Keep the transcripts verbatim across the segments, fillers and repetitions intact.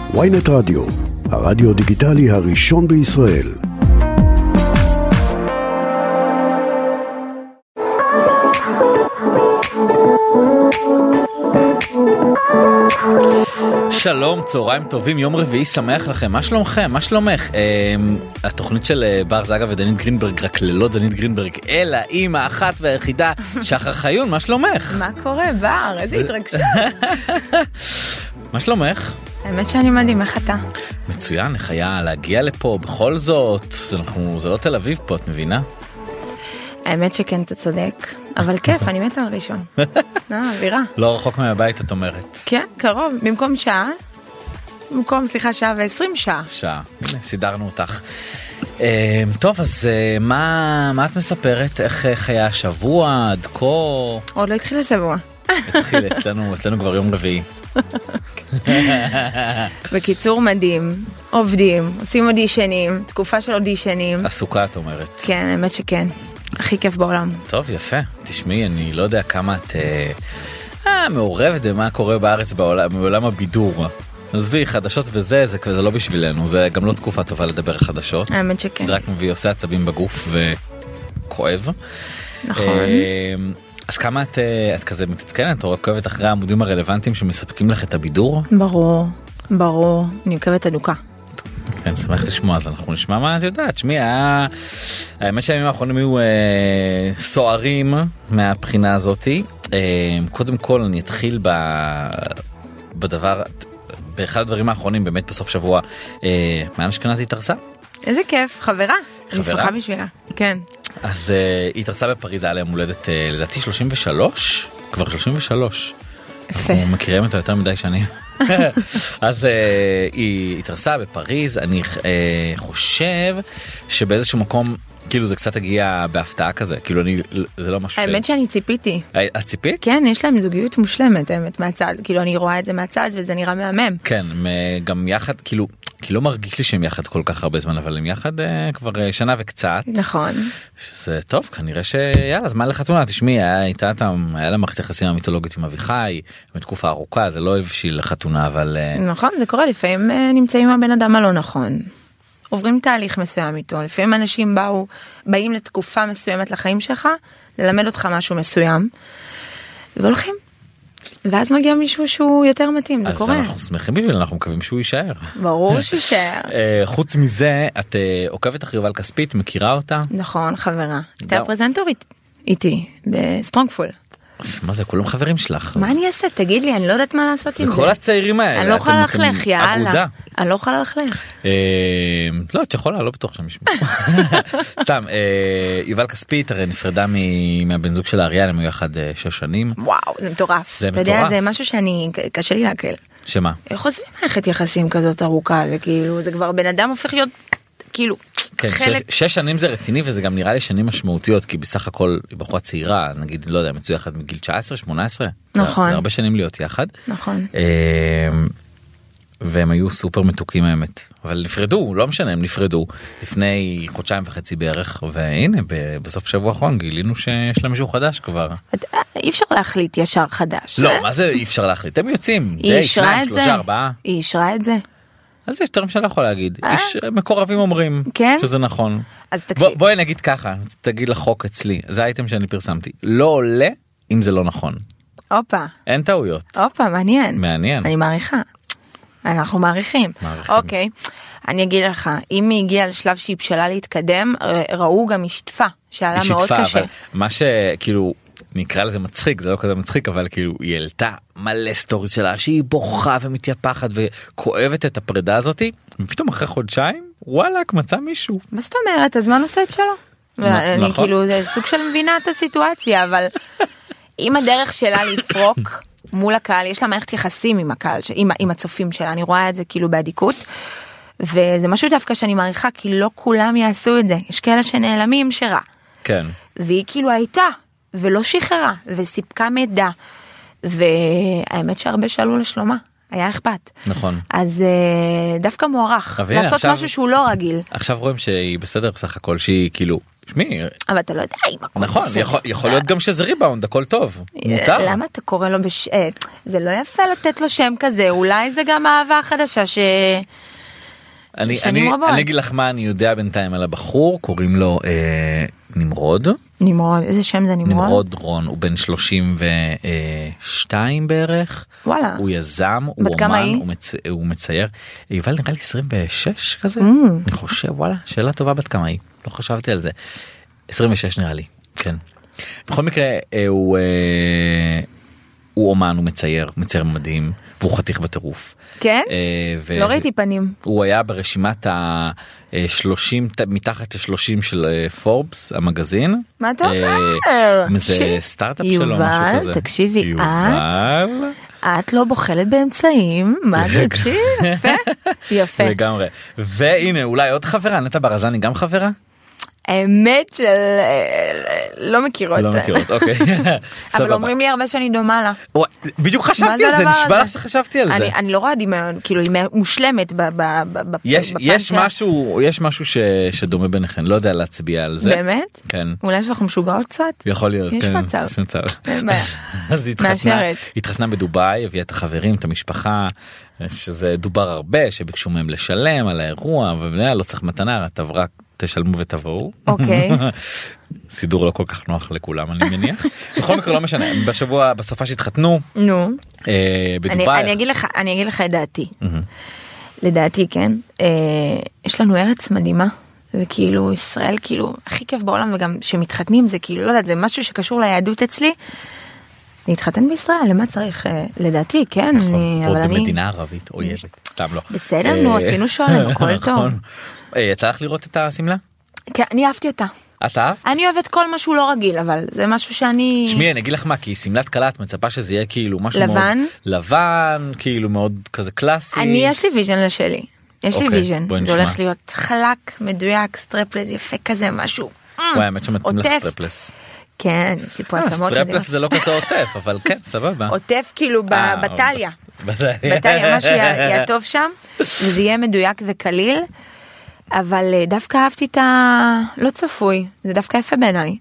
וויינט רדיו, הרדיו דיגיטלי הראשון בישראל. שלום, צהריים טובים, יום רביעי שמח לכם. מה שלומכם? מה שלומך? התוכנית של בר זגה ודנית גרינברג, רק ללא דנית גרינברג, אלא אמא אחת והיחידה, שחר חיון, מה שלומך? מה קורה, בר? איזה התרגשות. מה שלומך? האמת שאני מדהים, איך אתה? מצוין, איך היה להגיע לפה בכל זאת? אנחנו, זה לא תל אביב פה, את מבינה? האמת שכן, אתה צודק. אבל כיף, אני מתה על ראשון. אה, אווירה. לא רחוק מהבית, את אומרת. כן, קרוב. במקום שעה, במקום, סליחה, שעה ועשרים שעה. שעה. הנה, סידרנו אותך. טוב, אז מה, מה את מספרת? איך היה השבוע, עד כה? עוד לא התחיל השבוע. התחיל, אצלנו, אצלנו כבר יום רביעי. בקיצור, מדהים. עובדים, עושים אודישנים, תקופה של אודישנים. עסוקה, את אומרת. כן, האמת שכן. הכי כיף בעולם. טוב, יפה. תשמעי, אני לא יודע כמה את אה, אה, מעורבת במה קורה בארץ בעולם, בעולם הבידור. עזבי, חדשות וזה, זה, זה לא בשבילנו, זה גם לא תקופה טובה לדבר על חדשות. האמת שכן. רק מביא, עושה עצבים בגוף וכואב. נכון. אה, אז כמה את, את כזה מתעדכנת או עוקבת אחרי העמודים הרלוונטיים שמספקים לך את הבידור? ברור, ברור. אני עוקבת אדוקה. כן, שמח לשמוע, אז אנחנו נשמע מה את יודעת. שמי, היה... האמת שהימים האחרונים היו אה, סוערים מהבחינה הזאת. אה, קודם כל אני אתחיל ב... בדבר, באחד הדברים האחרונים, באמת בסוף שבוע, אה, מעיין אשכנזי התארסה. איזה כיף, חברה. חברה? אני שמחה בשבילה, כן. אז אה, היא התארסה בפריז, היה לה יום הולדת, אה, לדעתי שלושים ושלוש? כבר שלושים ושלוש. יפה. אנחנו מכירים אותה יותר מדי שנים. אז uh, היא התרסה בפריז. אני uh, חושב שבאיזשהו מקום כאילו זה קצת הגיע בהפתעה כזה, כאילו אני, זה לא משהו. האמת שאני ציפיתי. את ציפית? כן, יש להם זוגיות מושלמת, האמת, מהצד, כאילו אני רואה את זה מהצד וזה נראה מהמם. כן, גם יחד, כאילו, כי לא מרגיש לי שהם יחד כל כך הרבה זמן, אבל הם יחד uh, כבר uh, שנה וקצת. נכון. שזה טוב, כנראה שיאללה, זמן לחתונה. תשמעי, היה, הייתה, היה לה מערכת יחסים המיתולוגית עם אביחי, בתקופה ארוכה, זה לא הבשיל לחתונה, אבל... נכון, זה קורה, לפעמים uh, נמצאים עם הבן אדם הלא נכון. עוברים תהליך מסוים איתו, לפעמים אנשים באו, באים לתקופה מסוימת לחיים שלך, ללמד אותך משהו מסוים, והולכים. ואז מגיע מישהו שהוא יותר מתאים, זה קורה. אז אנחנו שמחים בשביל, אנחנו מקווים שהוא יישאר. ברור שישאר. חוץ מזה, את עוקבת אחרי יובל כספית, מכירה אותה? נכון, חברה. הייתה פרזנטורית איתי, בסטרונגפול. מה זה, כולם חברים שלך. מה אני אעשה? תגיד לי, אני לא יודעת מה לעשות עם זה. זה כל הצעירים האלה. אני לא יכולה ללכלך, יאללה. אני לא יכולה ללכלך. לא, את יכולה, לא בטוח שם ישמעו. סתם, יובל כספית הרי נפרדה מהבן זוג של אריאל, הם היו יחד שש שנים. וואו, זה מטורף. זה מטורף. אתה יודע, זה משהו שאני, קשה לי להקל. שמה? איך עושים מערכת יחסים כזאת ארוכה, וכאילו, זה כבר בן אדם הופך להיות, כאילו, כן, חלק... שש, שש שנים זה רציני, וזה גם נראה לי שנים משמעותיות, כי בסך הכל היא בחורה צעירה, נגיד, לא יודע, מצאו יחד מגיל תשע עשרה שמונה עשרה. נכון. זה הרבה שנים להיות יחד. נכון. והם היו סופר מתוקים האמת. אבל נפרדו, לא משנה, הם נפרדו לפני חודשיים וחצי בערך, והנה, בסוף שבוע האחרון גילינו שיש להם משהו חדש כבר. אי אפשר להחליט ישר חדש. לא, מה זה אי אפשר להחליט? הם יוצאים. היא אישרה את זה. היא אישרה את זה. אז יש יותר משהו יכול להגיד. איש מקורבים אומרים שזה נכון. בואי נגיד ככה, תגיד לחוק אצלי, זה האייטם שאני פרסמתי. לא עולה אם זה לא נכון. אופה. אין טעויות. אופה, מעניין. מעניין. אני מעריכה. אנחנו מעריכים. אוקיי. אני אגיד לך, אם היא הגיעה לשלב שהיא בשלה להתקדם, ראו גם היא שיתפה, שעלה מאוד קשה. מה שכאילו... נקרא לזה מצחיק, זה לא כזה מצחיק, אבל כאילו היא העלתה מלא סטוריז שלה שהיא בוכה ומתייפחת וכואבת את הפרידה הזאת, ופתאום אחרי חודשיים וואלק מצא מישהו. מה זאת אומרת? הזמן עושה את שלו. אני כאילו זה סוג של מבינה את הסיטואציה, אבל אם הדרך שלה לפרוק מול הקהל, יש לה מערכת יחסים עם הקהל, עם הצופים שלה, אני רואה את זה כאילו בעדיקות, וזה משהו דווקא שאני מעריכה, כי לא כולם יעשו את זה, יש כאלה שנעלמים שרע. כן. והיא כאילו הייתה ולא שחררה, וסיפקה מידע, והאמת שהרבה שאלו לשלומה. היה אכפת. נכון. אז דווקא מוערך, לעשות משהו שהוא לא רגיל. עכשיו רואים שהיא בסדר בסך הכל, שהיא כאילו, שמי, אבל אתה לא יודע אם הכל נכון, יכול, יכול להיות גם שזה ריבאונד, הכל טוב, מותר. למה אתה קורא לו בש... זה לא יפה לתת לו שם כזה, אולי זה גם אהבה חדשה ש... אני, אני, אני אגיד לך מה אני יודע בינתיים על הבחור, קוראים לו אה, נמרוד. נמרוד, איזה שם זה נמרוד? נמרוד רון, הוא בן שלושים ושתיים בערך. וואלה. הוא יזם, הוא אומן, הוא, מצ... הוא מצייר. יובל נראה לי עשרים ושש כזה? Mm. אני חושב, וואלה, שאלה טובה בת כמה היא. לא חשבתי על זה. עשרים ושש נראה לי, כן. בכל מקרה, הוא, הוא אומן, הוא מצייר, מצייר מדהים, והוא חתיך בטירוף. כן? ו... לא ראיתי פנים. הוא היה ברשימת ה-שלושים, מתחת ל-שלושים של פורבס, המגזין. מה אתה אומר? זה סטארט-אפ שלו, משהו כזה. יובל, תקשיבי, יובל. את, את לא בוחלת באמצעים, מה תקשיב? יפה, יפה. לגמרי. והנה, אולי עוד חברה, נטע ברזני גם חברה? האמת של לא מכירות. לא מכירות, אוקיי. אבל אומרים לי הרבה שאני דומה לה. בדיוק חשבתי על זה, נשבע לך שחשבתי על זה. אני לא רואה דמיון, כאילו היא מושלמת בפן שלה. יש משהו שדומה ביניכן, לא יודע להצביע על זה. באמת? כן. אולי יש לכם משוגעות קצת? יכול להיות, יש מצב. יש מצב. אז היא התחתנה בדובאי, הביאה את החברים, את המשפחה, שזה דובר הרבה, שביקשו מהם לשלם על האירוע, ולא צריך מתנה, את עברה תשלמו ותבואו. אוקיי. סידור לא כל כך נוח לכולם, אני מניח. בכל מקרה לא משנה, בשבוע, בסופה שהתחתנו. נו. בדובאי. אני אגיד לך, אני אגיד לך את דעתי. לדעתי, כן. יש לנו ארץ מדהימה, וכאילו ישראל כאילו הכי כיף בעולם, וגם שמתחתנים זה כאילו, לא יודעת, זה משהו שקשור ליהדות אצלי. להתחתן בישראל, למה צריך? לדעתי, כן. עוד במדינה ערבית, אויבת, סתם לא. בסדר, נו, עשינו שואלים, הכל טוב. יצא לך לראות את הסמלה? כן, אני אהבתי אותה. את אהבת? אני אוהבת כל משהו לא רגיל, אבל זה משהו שאני... שמי, אני אגיד לך מה, כי סמלת קלה, את מצפה שזה יהיה כאילו משהו מאוד... לבן? לבן, כאילו מאוד כזה קלאסי. אני, יש לי ויז'ן לשלי. יש לי ויז'ן. זה הולך להיות חלק, מדויק, סטרפלס, יפה כזה, משהו. וואי, האמת שמתאים לסטרפלס. כן, יש לי פה עצמות. סטרפלס זה לא כזה עוטף, אבל כן, סבבה. עוטף כאילו בטליה. בטליה, משהו יהיה טוב שם, וזה יהיה מדויק וקליל. אבל דווקא אהבתי את ה... לא צפוי, זה דווקא יפה בעיניי.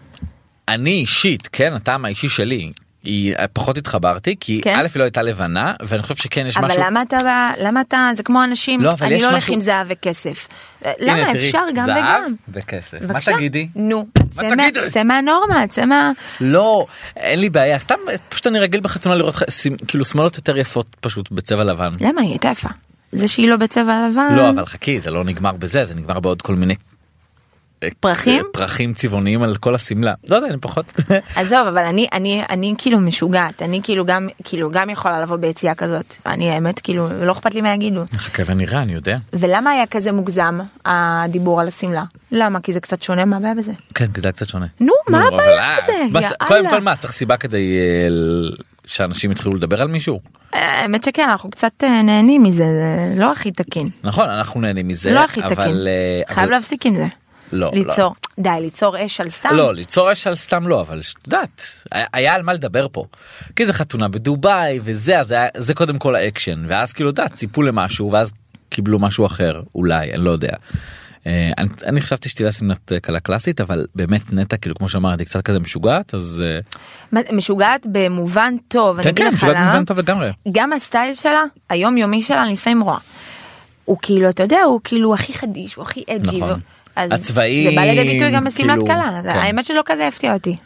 אני אישית, כן, הטעם האישי שלי, היא פחות התחברתי, כי כן? א' היא לא הייתה לבנה, ואני חושב שכן יש אבל משהו... אבל למה אתה, למה אתה, זה כמו אנשים, לא, אני לא הולך משהו... עם זהב וכסף. הנה, למה תראי, אפשר גם זהב וגם? וכסף. בבקשה? מה תגידי? נו, מה תגידי? צא מהנורמה, צא מה... לא, אין לי בעיה, סתם פשוט אני רגיל בחתונה לראות כאילו שמאלות יותר יפות פשוט בצבע לבן. למה? היא הייתה יפה. זה שהיא לא בצבע לבן. לא, אבל חכי, זה לא נגמר בזה, זה נגמר בעוד כל מיני פרחים? פרחים צבעוניים על כל הסמלה. לא יודע, אני פחות. עזוב, אבל אני, אני, אני כאילו משוגעת. אני כאילו גם, כאילו גם יכולה לבוא ביציאה כזאת. אני האמת, כאילו, לא אכפת לי מה יגידו. חכה ונראה, אני יודע. ולמה היה כזה מוגזם, הדיבור על הסמלה? למה? כי זה קצת שונה, מה הבעיה בזה? כן, כי זה קצת שונה. נו, מה הבעיה בזה? קודם כל מה, צריך סיבה כדי שאנשים יתחילו לדבר על מישהו? האמת שכן, אנחנו קצת נהנים מזה, זה לא הכי תקין. נכון, אנחנו נהנים מזה. לא הכי תקין. חייב להפסיק עם זה. לא, ליצור, לא. די, ליצור אש על סתם? לא, ליצור אש על סתם לא, אבל שתדעת, היה על מה לדבר פה. כי זה חתונה בדובאי, וזה, אז היה, זה קודם כל האקשן, ואז כאילו, דעת, ציפו למשהו, ואז קיבלו משהו אחר, אולי, אני לא יודע. אני, אני חשבתי שתהיה סמלת קלה קלאסית, אבל באמת נטע, כאילו, כמו שאמרתי, קצת כזה משוגעת, אז... משוגעת במובן טוב, כן, כן, משוגעת במובן טוב לגמרי. גם הסטייל שלה, היום יומי שלה, אני לפעמים רואה. הוא כאילו, אתה יודע, הוא כאילו הכי חדיש, הוא הכי אג'י. נכון. אז הצבעים, זה בא לידי ביטוי גם בסמלת כאילו, קלה, כן. האמת שלא כזה הפתיע אותי.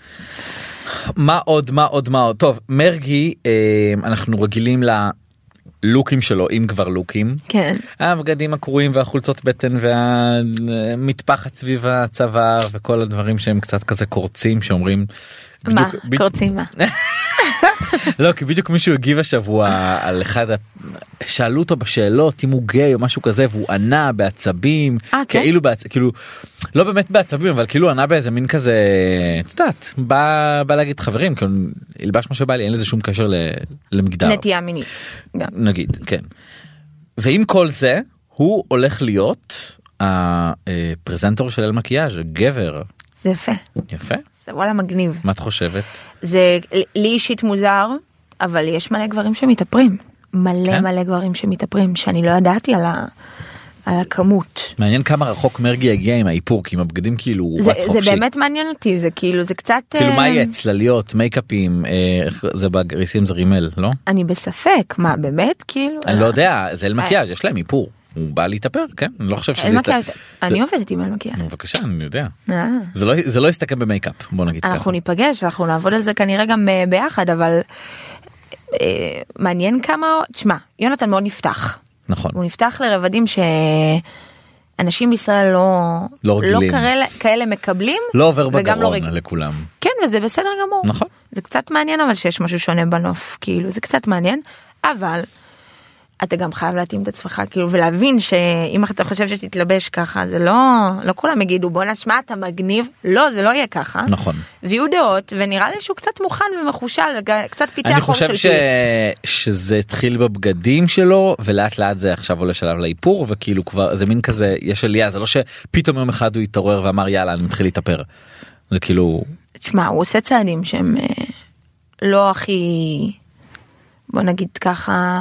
מה עוד, מה עוד, מה עוד? טוב, מרגי, אנחנו רגילים ללוקים שלו, אם כבר לוקים. כן. הבגדים הקרועים והחולצות בטן והמטפחת סביב הצוואר וכל הדברים שהם קצת כזה קורצים שאומרים... מה? קורצים מה? לא, כי בדיוק מישהו הגיב השבוע על אחד, שאלו אותו בשאלות אם הוא גיי או משהו כזה, והוא ענה בעצבים, כאילו, כאילו, לא באמת בעצבים, אבל כאילו ענה באיזה מין כזה, את יודעת, בא, בא להגיד חברים, כאילו, ילבש מה שבא לי, אין לזה שום קשר למגדר. נטייה מינית. נגיד, כן. ועם כל זה, הוא הולך להיות הפרזנטור של אל מקיאז', גבר. זה יפה. יפה. זה וואלה מגניב. מה את חושבת? זה לי אישית מוזר, אבל יש מלא גברים שמתאפרים. מלא מלא גברים שמתאפרים שאני לא ידעתי על ה... על הכמות. מעניין כמה רחוק מרגי הגיע עם האיפור, כי עם הבגדים כאילו זה, זה באמת מעניין אותי, זה כאילו, זה קצת... כאילו מה יהיה? צלליות, מייקאפים, זה בגריסים זה רימל, לא? אני בספק, מה באמת? כאילו... אני לא יודע, זה אל מקיאז', יש להם איפור. הוא בא להתאפר, כן? אני לא חושב שזה... אני עובדת עם אל מקיאז'. בבקשה, אני יודע. זה לא יסתכם במייקאפ, בוא נגיד ככה. אנחנו ניפגש, אנחנו נעבוד על זה כנראה גם ביחד, אבל מעניין כמה... תשמע, יונתן מאוד נפתח. נכון. הוא נפתח לרבדים שאנשים בישראל לא, לא, לא כאלה, כאלה מקבלים. לא עובר בגרון לא רג... לכולם. כן, וזה בסדר גמור. נכון. זה קצת מעניין אבל שיש משהו שונה בנוף, כאילו, זה קצת מעניין, אבל אתה גם חייב להתאים את עצמך, כאילו, ולהבין שאם אתה חושב שתתלבש ככה, זה לא, לא כולם יגידו, בוא נשמע, אתה מגניב. לא, זה לא יהיה ככה. נכון. ויהיו דעות, ונראה לי שהוא קצת מוכן ומחושל, קצת פיתח אני חושב ש... שזה התחיל בבגדים שלו, ולאט לאט זה עכשיו עולה שלב לאיפור, וכאילו כבר, זה מין כזה, יש עלייה, זה לא שפתאום יום אחד הוא יתעורר ואמר, יאללה, אני מתחיל להתאפר. זה כאילו... תשמע, הוא עושה צעדים שהם לא הכי, בוא נגיד ככה...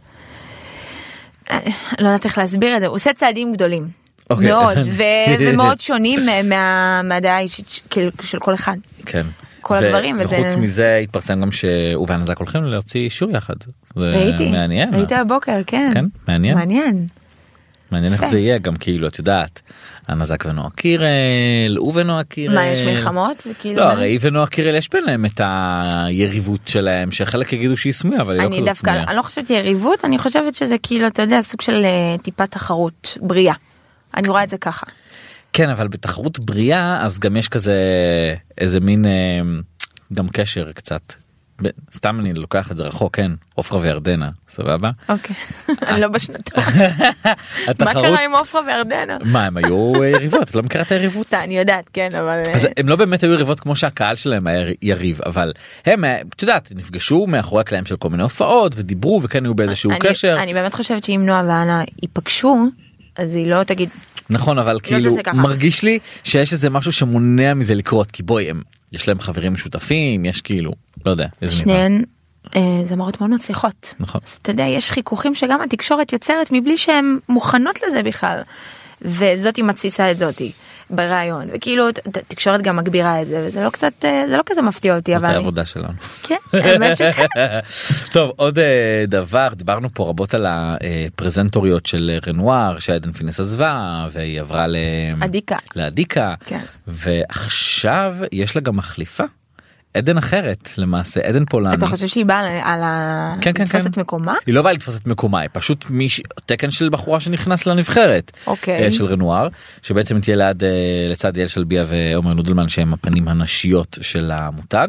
לא יודעת איך להסביר את זה, הוא עושה צעדים גדולים מאוד ומאוד שונים מהדעה האישית של כל אחד. כן. כל הדברים. וחוץ מזה התפרסם גם שהוא והנזק הולכים להוציא שיר יחד. ראיתי, ראיתי הבוקר, כן. כן, מעניין. מעניין. מעניין איך זה יהיה גם כאילו, את יודעת, הנזק ונועה קירל, הוא ונועה קירל. מה, יש מלחמות? לא, הרי היא ונועה קירל יש ביניהם את היריבות שלהם, שחלק יגידו שהיא סמויה, אבל היא לא כזאת סמויה. אני לא חושבת יריבות, אני חושבת שזה כאילו, אתה יודע, סוג של טיפה תחרות בריאה. אני רואה את זה ככה. כן, אבל בתחרות בריאה, אז גם יש כזה, איזה מין, גם קשר קצת. סתם אני לוקח את זה רחוק, כן, עופרה וירדנה, סבבה? אוקיי, אני לא בשנתון. מה קרה עם עופרה וירדנה? מה, הם היו יריבות, את לא מכירה את היריבות? אני יודעת, כן, אבל... הם לא באמת היו יריבות כמו שהקהל שלהם היה יריב, אבל הם, את יודעת, נפגשו מאחורי הקלעים של כל מיני הופעות, ודיברו, וכן היו באיזשהו קשר. אני באמת חושבת שאם נועה ואנה ייפגשו, אז היא לא תגיד... נכון, אבל כאילו, מרגיש לי שיש איזה משהו שמונע מזה לקרות, כי בואי, יש להם חברים משותפים, יש כאילו, לא יודע. שניהן זמרות מאוד מצליחות. נכון. אתה יודע, יש חיכוכים שגם התקשורת יוצרת מבלי שהן מוכנות לזה בכלל. וזאתי מתסיסה את זאתי ברעיון. וכאילו, התקשורת גם מגבירה את זה, וזה לא קצת, זה לא כזה מפתיע אותי. זאת העבודה שלנו. כן, האמת שכן. טוב, עוד דבר, דיברנו פה רבות על הפרזנטוריות של רנואר, שעדן פינס עזבה, והיא עברה לאדיקה. לאדיקה. כן. ועכשיו יש לה גם מחליפה. עדן אחרת למעשה, עדן פולני. אתה חושב שהיא באה על ה... כן, כן, לתפוס כן. את מקומה? היא לא באה לתפוס את מקומה, היא פשוט מיש... תקן של בחורה שנכנס לנבחרת. אוקיי. של רנואר, שבעצם תהיה ליד, לצד יעל שלביה ועומר נודלמן, שהם הפנים הנשיות של המותג.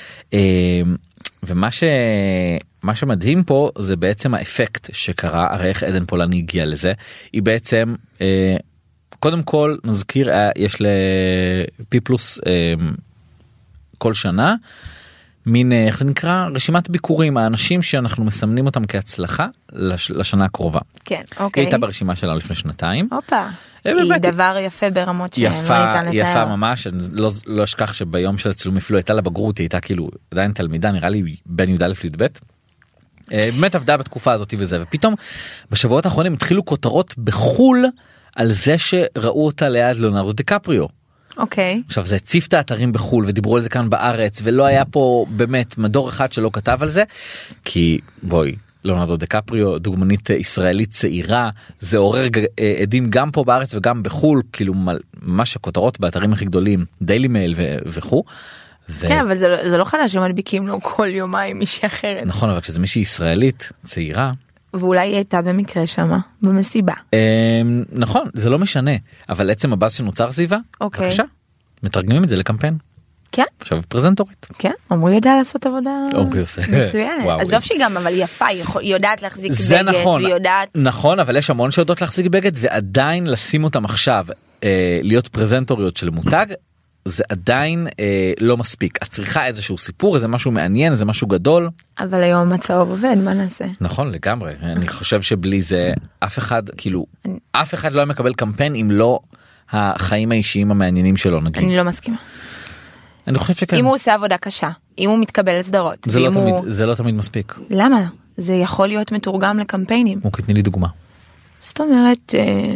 ומה ש... מה שמדהים פה זה בעצם האפקט שקרה, הרי איך עדן פולני הגיע לזה. היא בעצם, קודם כל נזכיר, יש לפי פלוס כל שנה, מין, איך זה נקרא? רשימת ביקורים, האנשים שאנחנו מסמנים אותם כהצלחה לש, לשנה הקרובה. כן, אוקיי. היא הייתה ברשימה שלה לפני שנתיים. הופה. היא דבר יפה ברמות שלא ניתן לתאר. יפה ממש, אני לא, לא אשכח שביום של הצילום אפילו הייתה לה בגרות, היא הייתה כאילו עדיין תלמידה, נראה לי בין י"א לי"ב. באמת עבדה בתקופה הזאת וזה, ופתאום בשבועות האחרונים התחילו כותרות בחול על זה שראו אותה ליד ליאונרדו דיקפריו. אוקיי. Okay. עכשיו זה הציף את האתרים בחול ודיברו על זה כאן בארץ ולא היה פה באמת מדור אחד שלא כתב על זה, כי בואי, ליאונרדו דיקפריו דוגמנית ישראלית צעירה, זה עורר עדים גם פה בארץ וגם בחול, כאילו ממש הכותרות באתרים הכי גדולים, דיילי מייל וכו'. ו... כן, אבל זה לא, זה לא חדש שמדביקים לו כל יומיים מישהי אחרת. נכון, אבל כשזה מישהי ישראלית צעירה, ואולי היא הייתה במקרה שמה, במסיבה. נכון, זה לא משנה, אבל עצם הבאז שנוצר סביבה, בבקשה, מתרגמים את זה לקמפיין. כן. עכשיו פרזנטורית. כן, עמרי יודע לעשות עבודה מצוינת. עזוב שהיא גם, אבל היא יפה, היא יודעת להחזיק בגד, נכון, ויודעת... נכון, אבל יש המון שיודעות להחזיק בגד, ועדיין לשים אותם עכשיו, להיות פרזנטוריות של מותג, זה עדיין אה, לא מספיק. את צריכה איזשהו סיפור, איזה משהו מעניין, איזה משהו גדול. אבל היום הצהוב עובד, מה נעשה? נכון, לגמרי. אני חושב שבלי זה אף אחד, כאילו, אני... אף אחד לא היה מקבל קמפיין אם לא החיים האישיים המעניינים שלו, נגיד. אני לא מסכימה. אני חושב שכן. אם הוא עושה עבודה קשה, אם הוא מתקבל לסדרות. זה, לא, הוא... תמיד, זה לא תמיד מספיק. למה? זה יכול להיות מתורגם לקמפיינים. אוקיי, תני לי דוגמה. זאת אומרת,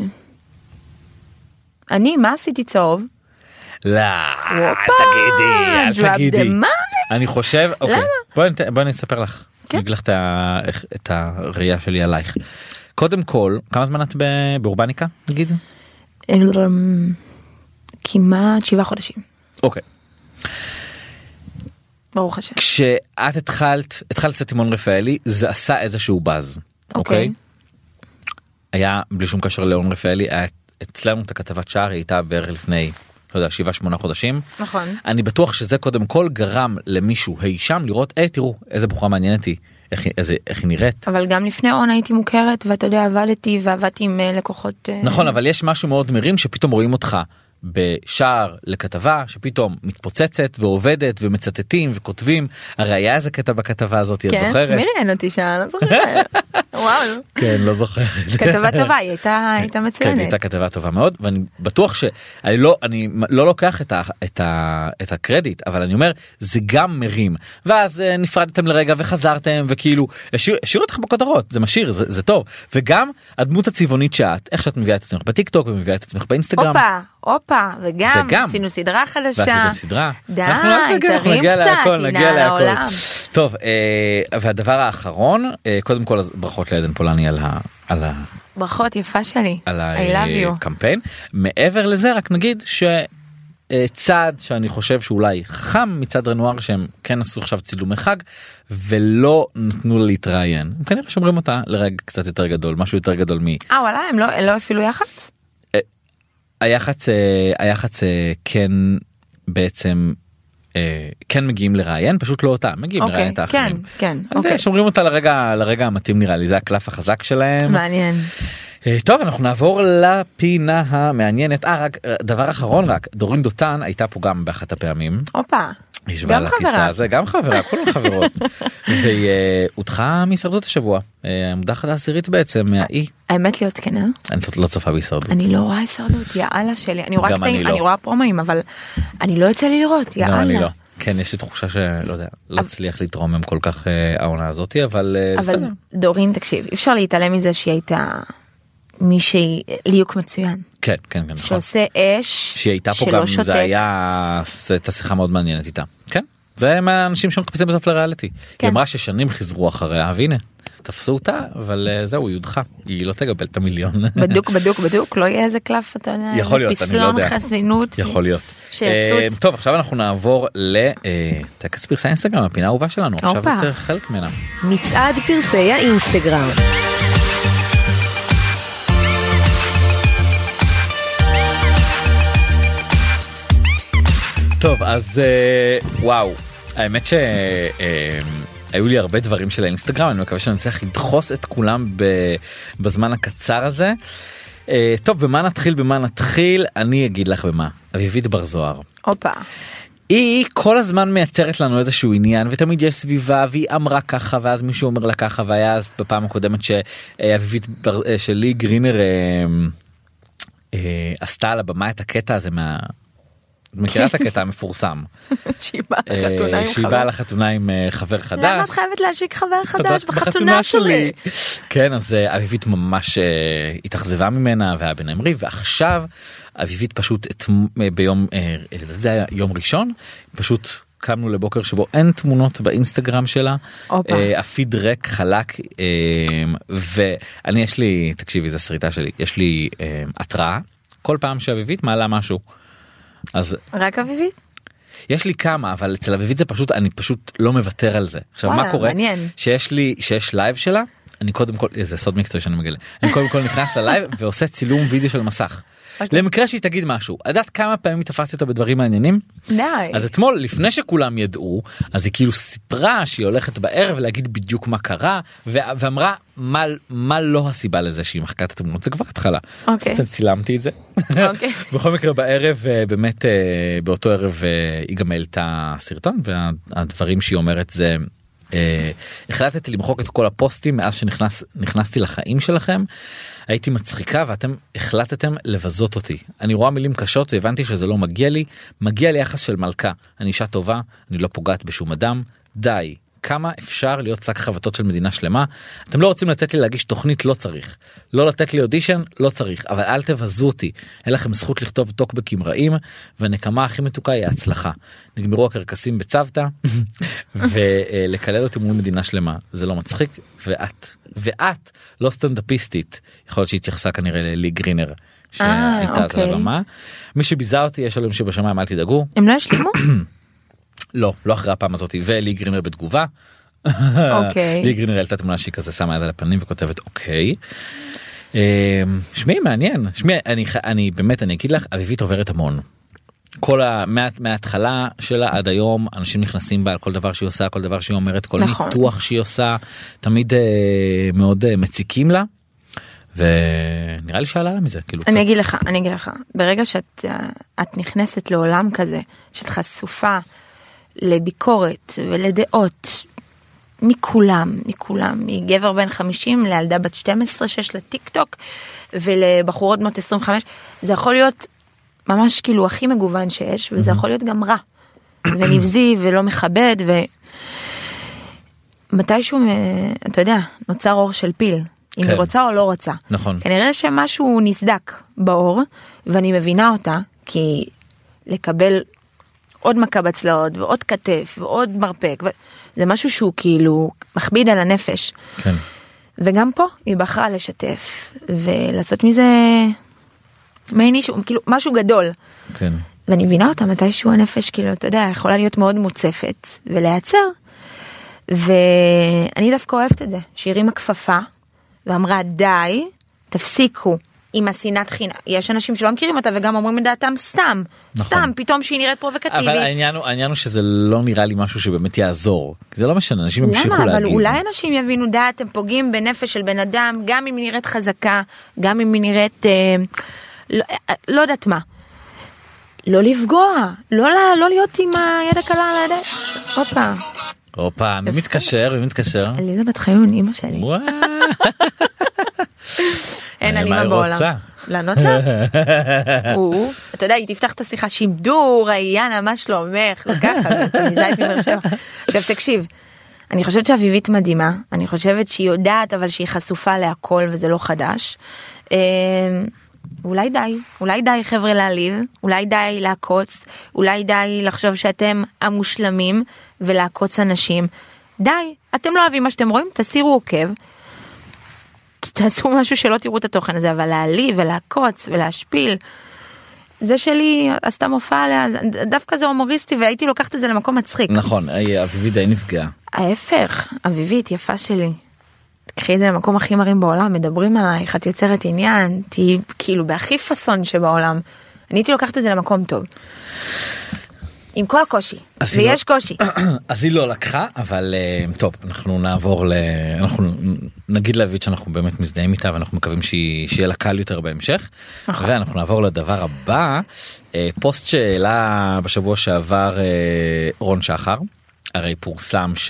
אני, מה עשיתי צהוב? לא, אל תגידי, אל תגידי. אני חושב, אוקיי, בואי אני אספר לך. אני אגיד לך את הראייה שלי עלייך. קודם כל, כמה זמן את באורבניקה, נגיד? כמעט שבעה חודשים. אוקיי. ברוך השם. כשאת התחלת, התחלת קצת עם און רפאלי, זה עשה איזשהו באז. אוקיי? היה, בלי שום קשר לאון רפאלי, אצלנו את הכתבת שער, היא הייתה בערך לפני, לא יודע, שבעה, שמונה חודשים. נכון. אני בטוח שזה קודם כל גרם למישהו אי שם לראות, היי, תראו, איזה בחורה מעניינת היא. איך, איזה, איך היא נראית. אבל גם לפני און הייתי מוכרת, ואתה יודע, עבדתי ועבדתי עם לקוחות. נכון, אבל יש משהו מאוד מרים שפתאום רואים אותך בשער לכתבה שפתאום מתפוצצת ועובדת ומצטטים וכותבים. הרי היה איזה קטע בכתבה הזאת, את זוכרת? כן, מי ראיין אותי שם, לא זוכרת. וואו. כן, לא זוכרת. כתבה טובה, היא הייתה מצוינת. כן, היא הייתה כתבה טובה מאוד, ואני בטוח שאני לא, אני לא לוקח את ה, את ה, את הקרדיט, אבל אני אומר, זה גם מרים. ואז נפרדתם לרגע וחזרתם, וכאילו, השאירו אותך בכותרות, זה משאיר, זה, זה טוב. וגם הדמות הצבעונית שאת, איך שאת מביאה את עצמך בטיקטוק ומביאה את עצמך באינסטגרם. אופה, אופה, וגם עשינו סדרה חדשה. סדרה. די, תרים קצת, הנה על העולם. טוב, והדבר האחרון, קודם כל ברכות לעדן פולני על ה... על ה... ברכות, יפה שלי. על הקמפיין. מעבר לזה רק נגיד שצעד שאני חושב שאולי חכם מצד רנואר שהם כן עשו עכשיו צילומי חג ולא נתנו לה להתראיין. הם כנראה שומרים אותה לרגע קצת יותר גדול, משהו יותר גדול מ... אה וואלה, הם לא, לא אפילו יח"צ? היח"צ, היח"צ כן בעצם כן מגיעים לראיין, פשוט לא אותה, מגיעים okay, לראיין את האחרים. כן, כן. Okay. שומרים אותה לרגע, לרגע המתאים נראה לי, זה הקלף החזק שלהם. מעניין. טוב, אנחנו נעבור לפינה המעניינת. אה, רק דבר אחרון רק, דורין דותן הייתה פה גם באחת הפעמים. הופה. ישבה על הכיסא הזה, גם חברה, כולם חברות. והיא הודחה מהישרדות השבוע, המודחת העשירית בעצם מהאי. האמת להיות כנה? אני לא צופה בהישרדות. אני לא רואה הישרדות, יאללה שלי. אני רואה קטעים, אני רואה פרומאים, אבל אני לא יוצא לי לראות, יאללה. גם אני לא. כן, יש לי תחושה שלא יודע, לא הצליח לתרומם כל כך העונה הזאת, אבל בסדר. אבל דורין, תקשיב, אפשר להתעלם מזה שהיא הייתה מישהי ליוק מצוין. כן, כן, כן. שעושה אש, שהיא הייתה פה גם, זה היה, הייתה שיחה מאוד מעניינת איתה. כן, זה מהאנשים שמחפשים בסוף לריאליטי. היא אמרה ששנים חזרו אחריה, והנה, תפסו אותה, אבל זהו, היא יודחה. היא לא תקבל את המיליון. בדוק, בדוק, בדוק, לא יהיה איזה קלף, אתה יודע, יכול להיות, אני לא יודע. פסלון חסינות. יכול להיות. שיצוץ. טוב, עכשיו אנחנו נעבור לטקס פרסי האינסטגרם, הפינה האהובה שלנו. עכשיו יותר חלק ממנה. מצעד פרסי האינסטגרם. טוב, אז וואו, האמת שהיו לי הרבה דברים של האינסטגרם, אני מקווה שאני מצליח לדחוס את כולם בזמן הקצר הזה. טוב, במה נתחיל, במה נתחיל? אני אגיד לך במה. אביבית בר זוהר. אופה. היא כל הזמן מייצרת לנו איזשהו עניין, ותמיד יש סביבה, והיא אמרה ככה, ואז מישהו אומר לה ככה, והיה אז בפעם הקודמת שאביבית שלי גרינר עשתה על הבמה את הקטע הזה מה... מכירה את הקטע המפורסם. שהיא באה לחתונה עם חבר. שהיא באה לחתונה עם חבר חדש. למה את חייבת להשיק חבר חדש בחתונה שלי? כן, אז אביבית ממש התאכזבה ממנה והיה ביניהם ריב, ועכשיו אביבית פשוט ביום, זה היה יום ראשון, פשוט קמנו לבוקר שבו אין תמונות באינסטגרם שלה, הפיד ריק חלק, ואני יש לי, תקשיבי, זו סריטה שלי, יש לי התראה, כל פעם שאביבית מעלה משהו. אז רק אביבית? יש לי כמה, אבל אצל אביבית זה פשוט, אני פשוט לא מוותר על זה. עכשיו מה קורה? שיש לי, שיש לייב שלה, אני קודם כל, זה סוד מקצועי שאני מגלה, אני קודם כל נכנס ללייב ועושה צילום וידאו של מסך. למקרה שהיא תגיד משהו, יודעת כמה פעמים תפסתי אותה בדברים מעניינים? די. אז אתמול, לפני שכולם ידעו, אז היא כאילו סיפרה שהיא הולכת בערב להגיד בדיוק מה קרה, ואמרה מה, מה לא הסיבה לזה שהיא מחקה את התמונות, זה כבר התחלה. אוקיי. אז צילמתי את זה. אוקיי. בכל מקרה בערב, באמת באותו ערב היא גם העלתה סרטון, והדברים שהיא אומרת זה... החלטתי למחוק את כל הפוסטים מאז שנכנסתי לחיים שלכם, הייתי מצחיקה ואתם החלטתם לבזות אותי, אני רואה מילים קשות והבנתי שזה לא מגיע לי, מגיע לי יחס של מלכה, אני אישה טובה, אני לא פוגעת בשום אדם, די, כמה אפשר להיות שק חבטות של מדינה שלמה? אתם לא רוצים לתת לי להגיש תוכנית, לא צריך. לא לתת לי אודישן, לא צריך. אבל אל תבזו אותי. אין לכם זכות לכתוב טוקבקים רעים, והנקמה הכי מתוקה היא ההצלחה. נגמרו הקרקסים בצוותא, ולקלל אותי מול מדינה שלמה. זה לא מצחיק, ואת, ואת לא סטנדאפיסטית. יכול להיות שהתייחסה כנראה ללי גרינר, שהייתה אז על הבמה. מי שביזה אותי, יש עליהם שבשמיים, אל תדאגו. הם לא השלימו? לא, לא אחרי הפעם הזאת, ולי גרינר בתגובה. אוקיי. לי גרינר העלתה תמונה שהיא כזה שמה יד על הפנים וכותבת אוקיי. שמי מעניין, שמי אני באמת אני אגיד לך, אביבית עוברת המון. כל מההתחלה שלה עד היום אנשים נכנסים בה על כל דבר שהיא עושה, כל דבר שהיא אומרת, כל ניתוח שהיא עושה, תמיד מאוד מציקים לה. ונראה לי שאלה לה מזה. אני אגיד לך, אני אגיד לך, ברגע שאת נכנסת לעולם כזה, שאת חשופה לביקורת ולדעות מכולם, מכולם, מגבר בן חמישים לילדה בת שתים עשרה שיש לה טיק טוק ולבחורות בנות עשרים וחמש, זה יכול להיות ממש כאילו הכי מגוון שיש, וזה יכול להיות גם רע ונבזי ולא מכבד, ומתישהו אתה יודע נוצר אור של פיל, אם היא רוצה או לא רוצה. נכון. כנראה שמשהו נסדק באור, ואני מבינה אותה, כי לקבל עוד מכה בצלעות, ועוד כתף, ועוד מרפק, זה משהו שהוא כאילו מכביד על הנפש. כן. וגם פה היא בחרה לשתף, ולעשות מזה כאילו משהו גדול. כן. ואני מבינה אותה מתישהו הנפש, כאילו, אתה יודע, יכולה להיות מאוד מוצפת, ולהיעצר. ואני דווקא אוהבת את זה, שהרימה כפפה, ואמרה די, תפסיקו עם השנאת חינם. יש אנשים שלא מכירים אותה וגם אומרים את דעתם סתם, נכון. סתם, פתאום שהיא נראית פרובוקטיבית. אבל העניין הוא, העניין הוא שזה לא נראה לי משהו שבאמת יעזור. זה לא משנה, אנשים ימשיכו להגיד. למה? אבל אולי אנשים יבינו דעת, הם פוגעים בנפש של בן אדם, גם אם היא נראית חזקה, גם אם היא נראית, אה, לא, לא יודעת מה. לא לפגוע, לא, לא להיות עם היד הקלה על היד. הופה. הופה, מי מתקשר? מי מתקשר? אליזבת חיון, אמא שלי. וואו. אין על אמא בעולם. לענות לה? הוא, אתה יודע, היא תפתח את השיחה, שימדור, איינה, מה שלומך? זה ככה, זה מזית מבאר שבע. עכשיו תקשיב, אני חושבת שאביבית מדהימה, אני חושבת שהיא יודעת, אבל שהיא חשופה להכל וזה לא חדש. אולי די, אולי די חבר'ה להעליב, אולי די לעקוץ, אולי די לחשוב שאתם המושלמים ולעקוץ אנשים. די, אתם לא אוהבים מה שאתם רואים, תסירו עוקב, תעשו משהו שלא תראו את התוכן הזה, אבל להעליב ולעקוץ ולהשפיל, זה שלי עשתה מופע עליה, דווקא זה הומוריסטי והייתי לוקחת את זה למקום מצחיק. נכון, אביבית די נפגעה. ההפך, אביבית יפה שלי. תקחי את זה למקום הכי מרים בעולם, מדברים עלייך, את יוצרת עניין, תהי כאילו בהכי פסון שבעולם. אני הייתי לוקחת את זה למקום טוב. עם כל הקושי, ויש קושי. אז היא לא לקחה, אבל טוב, אנחנו נעבור ל... אנחנו נגיד להביא שאנחנו באמת מזדהים איתה, ואנחנו מקווים שיהיה לה קל יותר בהמשך. ואנחנו נעבור לדבר הבא, פוסט שאלה בשבוע שעבר רון שחר, הרי פורסם ש...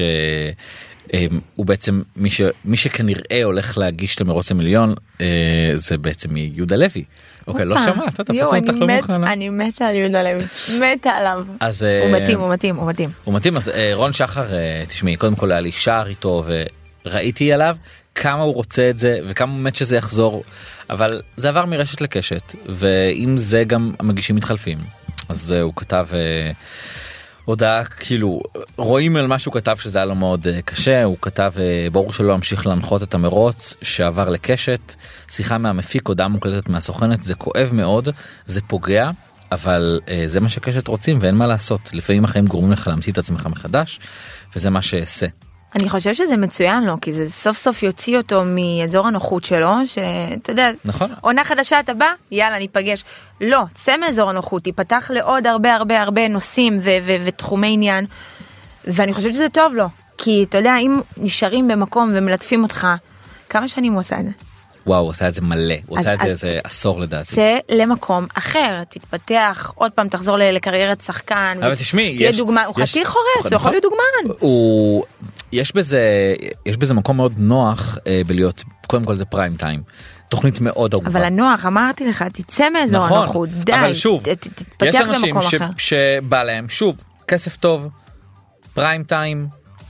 הוא בעצם מי ש... מי שכנראה הולך להגיש למרוץ המיליון, זה בעצם יהודה לוי. אוקיי, לא שמעת, אתה פסון אותך לא מוכן. אני מתה על יהודה לוי, מתה עליו. הוא מתאים, הוא מתאים, הוא מתאים. הוא מתאים, אז רון שחר, תשמעי, קודם כל היה לי שער איתו, וראיתי עליו כמה הוא רוצה את זה, וכמה באמת שזה יחזור, אבל זה עבר מרשת לקשת, ועם זה גם המגישים מתחלפים. אז הוא כתב... הודעה, כאילו, רואים על מה שהוא כתב שזה היה לו מאוד קשה, הוא כתב, ברור שלא המשיך להנחות את המרוץ שעבר לקשת, שיחה מהמפיק, הודעה מוקלטת מהסוכנת, זה כואב מאוד, זה פוגע, אבל זה מה שקשת רוצים ואין מה לעשות, לפעמים החיים גורמים לך להמציא את עצמך מחדש, וזה מה שעשה. אני חושב שזה מצוין לו, כי זה סוף סוף יוציא אותו מאזור הנוחות שלו, שאתה יודע, נכון. עונה חדשה אתה בא, יאללה ניפגש. לא, צא מאזור הנוחות, תיפתח לעוד הרבה הרבה הרבה נושאים ו- ו- ותחומי עניין, ואני חושבת שזה טוב לו, כי אתה יודע, אם נשארים במקום ומלטפים אותך, כמה שנים הוא עושה את זה? וואו, הוא עשה את זה מלא, הוא עשה את זה איזה עשור לדעתי. צא למקום אחר, תתפתח, עוד פעם תחזור לקריירת שחקן. אבל תשמעי, יש... דוגמה, הוא חצי חורס, הוא יכול להיות דוגמן. הוא... יש בזה, יש בזה מקום מאוד נוח אה, בלהיות, קודם כל זה פריים טיים. תוכנית מאוד ארוכה. אבל הנוח, אמרתי לך, תצא מאזור נכון, הנוחות, די, אבל שוב, תתפתח יש אנשים במקום ש, אחר. שבא להם, שוב, כסף טוב, פריים טיים,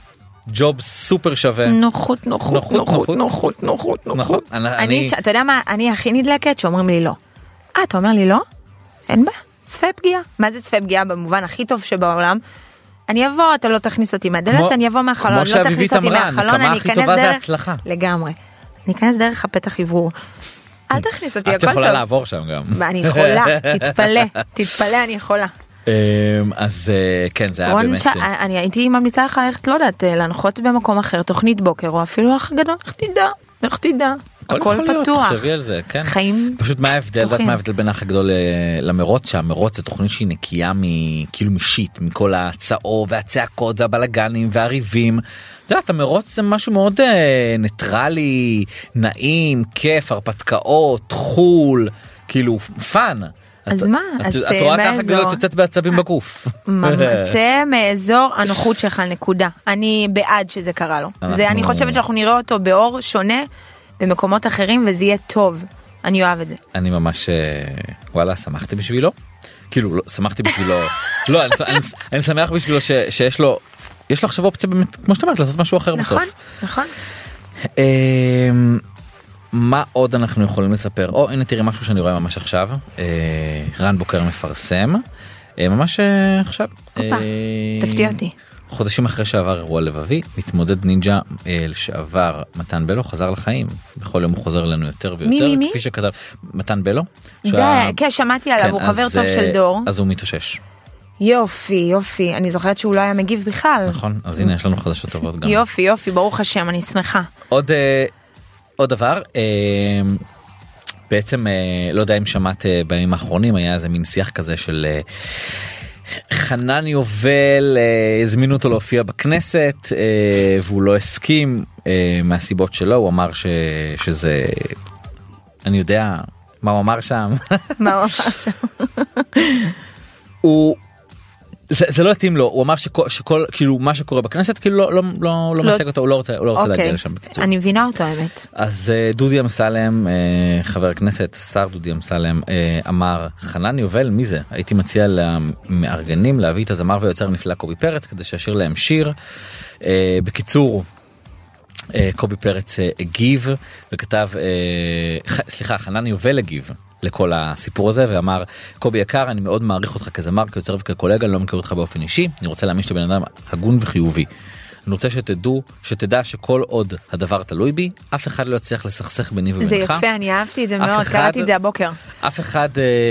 ג'וב סופר שווה. נוחות, נוחות, נוחות, נוחות, נוחות, נוחות. אני, אתה יודע מה, אני הכי נדלקת שאומרים לי לא. אה, אתה אומר לי לא? אין בה, צפה פגיעה. מה זה צפה פגיעה במובן הכי טוב שבעולם? אני אבוא, אתה לא תכניס אותי מהדלת, אני אבוא מהחלון, לא תכניס אותי מהחלון, אני אכנס דרך... לגמרי. אני אכנס דרך הפתח עברור. אל תכניס אותי, הכל טוב. את יכולה לעבור שם גם. אני יכולה, תתפלא, תתפלא, אני יכולה. אז כן, זה היה באמת... אני הייתי ממליצה לך ללכת, לא יודעת, להנחות במקום אחר, תוכנית בוקר, או אפילו אח גדול, לך תדע, לך תדע. הכל פתוח. תחשבי על זה, כן. חיים פשוט מה ההבדל, יודעת מה ההבדל בין האח הגדול למרוץ, שהמרוץ זה תוכנית שהיא נקייה כאילו משית, מכל הצהוב והצעקות והבלגנים והריבים. את יודעת, המרוץ זה משהו מאוד ניטרלי, נעים, כיף, הרפתקאות, חול, כאילו פאן. אז מה? את רואה ככה גדולות יוצאת בעצבים בגוף. מצא מאזור הנוחות שלך, נקודה. אני בעד שזה קרה לו. אני חושבת שאנחנו נראה אותו באור שונה במקומות אחרים, וזה יהיה טוב. אני אוהב את זה. אני ממש, וואלה, שמחתי בשבילו. כאילו, שמחתי בשבילו. לא, אני שמח בשבילו שיש לו, יש לו עכשיו אופציה באמת, כמו שאתה אומרת, לעשות משהו אחר בסוף. נכון, נכון. מה עוד אנחנו יכולים לספר? או, הנה תראי משהו שאני רואה ממש עכשיו. רן בוקר מפרסם. ממש עכשיו. אופה, תפתיע אותי. חודשים אחרי שעבר אירוע לבבי, מתמודד נינג'ה לשעבר מתן בלו חזר לחיים. בכל יום הוא חוזר אלינו יותר ויותר. מי, מי, מי? כפי שכתב, מתן בלו. די, כן, שמעתי עליו, הוא חבר טוב של דור. אז הוא מתאושש. יופי, יופי. אני זוכרת שהוא לא היה מגיב בכלל. נכון, אז הנה, יש לנו חדשות טובות גם. יופי, יופי, ברוך השם, אני שמחה. עוד... עוד דבר, בעצם לא יודע אם שמעת בימים האחרונים, היה איזה מין שיח כזה של חנן יובל, הזמינו אותו להופיע בכנסת והוא לא הסכים מהסיבות שלו, הוא אמר שזה, אני יודע מה הוא אמר שם. מה הוא אמר שם? הוא זה, זה לא התאים לו, הוא אמר שכל, שכל, כאילו, מה שקורה בכנסת, כאילו, לא, לא, לא, לא מצג אותו, הוא לא רוצה, הוא לא רוצה אוקיי. להגיע לשם בקיצור. אני מבינה אותו, האמת. אז דודי אמסלם, חבר הכנסת, שר דודי אמסלם, אמר, חנן יובל, מי זה? הייתי מציע למארגנים להביא את הזמר ויוצר נפלא קובי פרץ, כדי שישיר להם שיר. בקיצור, קובי פרץ הגיב, וכתב, סליחה, חנן יובל הגיב. לכל הסיפור הזה ואמר, קובי יקר, אני מאוד מעריך אותך כזמר, כיוצר וכקולגה, אני לא מכיר אותך באופן אישי, אני רוצה להאמין שאתה בן אדם הגון וחיובי. אני רוצה שתדעו, שתדע שכל עוד הדבר תלוי בי, אף אחד לא יצליח לסכסך ביני ובינך. זה יפה, אני אהבתי את זה מאוד, קראתי את זה הבוקר. אף אחד,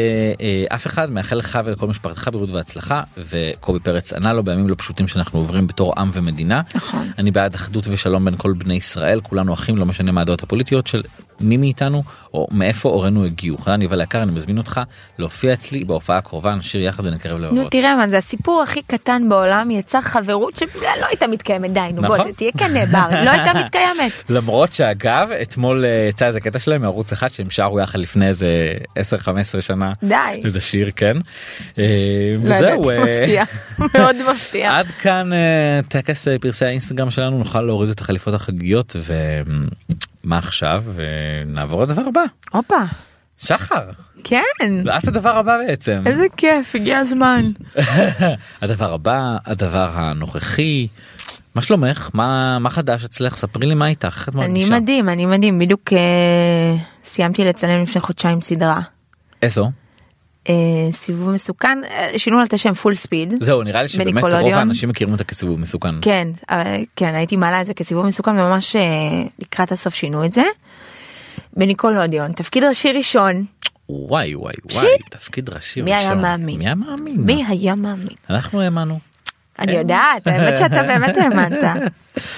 אף אחד מאחל לך ולכל משפחתך בריאות והצלחה, וקובי פרץ ענה לו בימים לא פשוטים שאנחנו עוברים בתור עם ומדינה. נכון. אני בעד אחדות ושלום בין כל בני ישראל, כולנו אחים, לא משנה מה הדעות הפוליטיות של מי מאיתנו, או מאיפה אורנו הגיעו. חנן יובל יקר, אני מזמין אותך להופיע אצלי בהופעה הקרובה, נשיר יחד ונקרב לבבות. נו תראה מה, זה הסיפור הכי קטן בעולם, יצר חברות שלא הייתה מתקיימת, די, נו בוא, תהיה כאן בר, לא הייתה מתקיימת. למרות שאגב, אתמול יצא איזה קטע שלהם מערוץ אחד, שהם שרו יחד לפני איזה עשר חמש עשרה שנה. די. איזה שיר, כן. וזהו. מפתיע, מאוד מפתיע. עד כאן טקס פרסי האינסטגרם שלנו, נוכל להוריד את החליפות החגיגיות ו... מה עכשיו? ונעבור לדבר הבא. הופה. שחר. כן. את הדבר הבא בעצם. איזה כיף, הגיע הזמן. הדבר הבא, הדבר הנוכחי. מה שלומך? מה, מה חדש אצלך? ספרי לי מה איתך. אני מדהים, אני מדהים. בדיוק סיימתי לצלם לפני חודשיים סדרה. איזו? סיבוב מסוכן, שינו על את השם פול ספיד. זהו, נראה לי שבאמת רוב האנשים מכירים אותה כסיבוב מסוכן. כן, כן, הייתי מעלה את זה כסיבוב מסוכן, וממש לקראת הסוף שינו את זה. בניקולודיון, תפקיד ראשי ראשון. וואי וואי וואי, תפקיד ראשי ראשון. מי היה מאמין? מי היה מאמין? מי היה מאמין? אנחנו האמנו. אני יודעת, האמת שאתה באמת האמנת.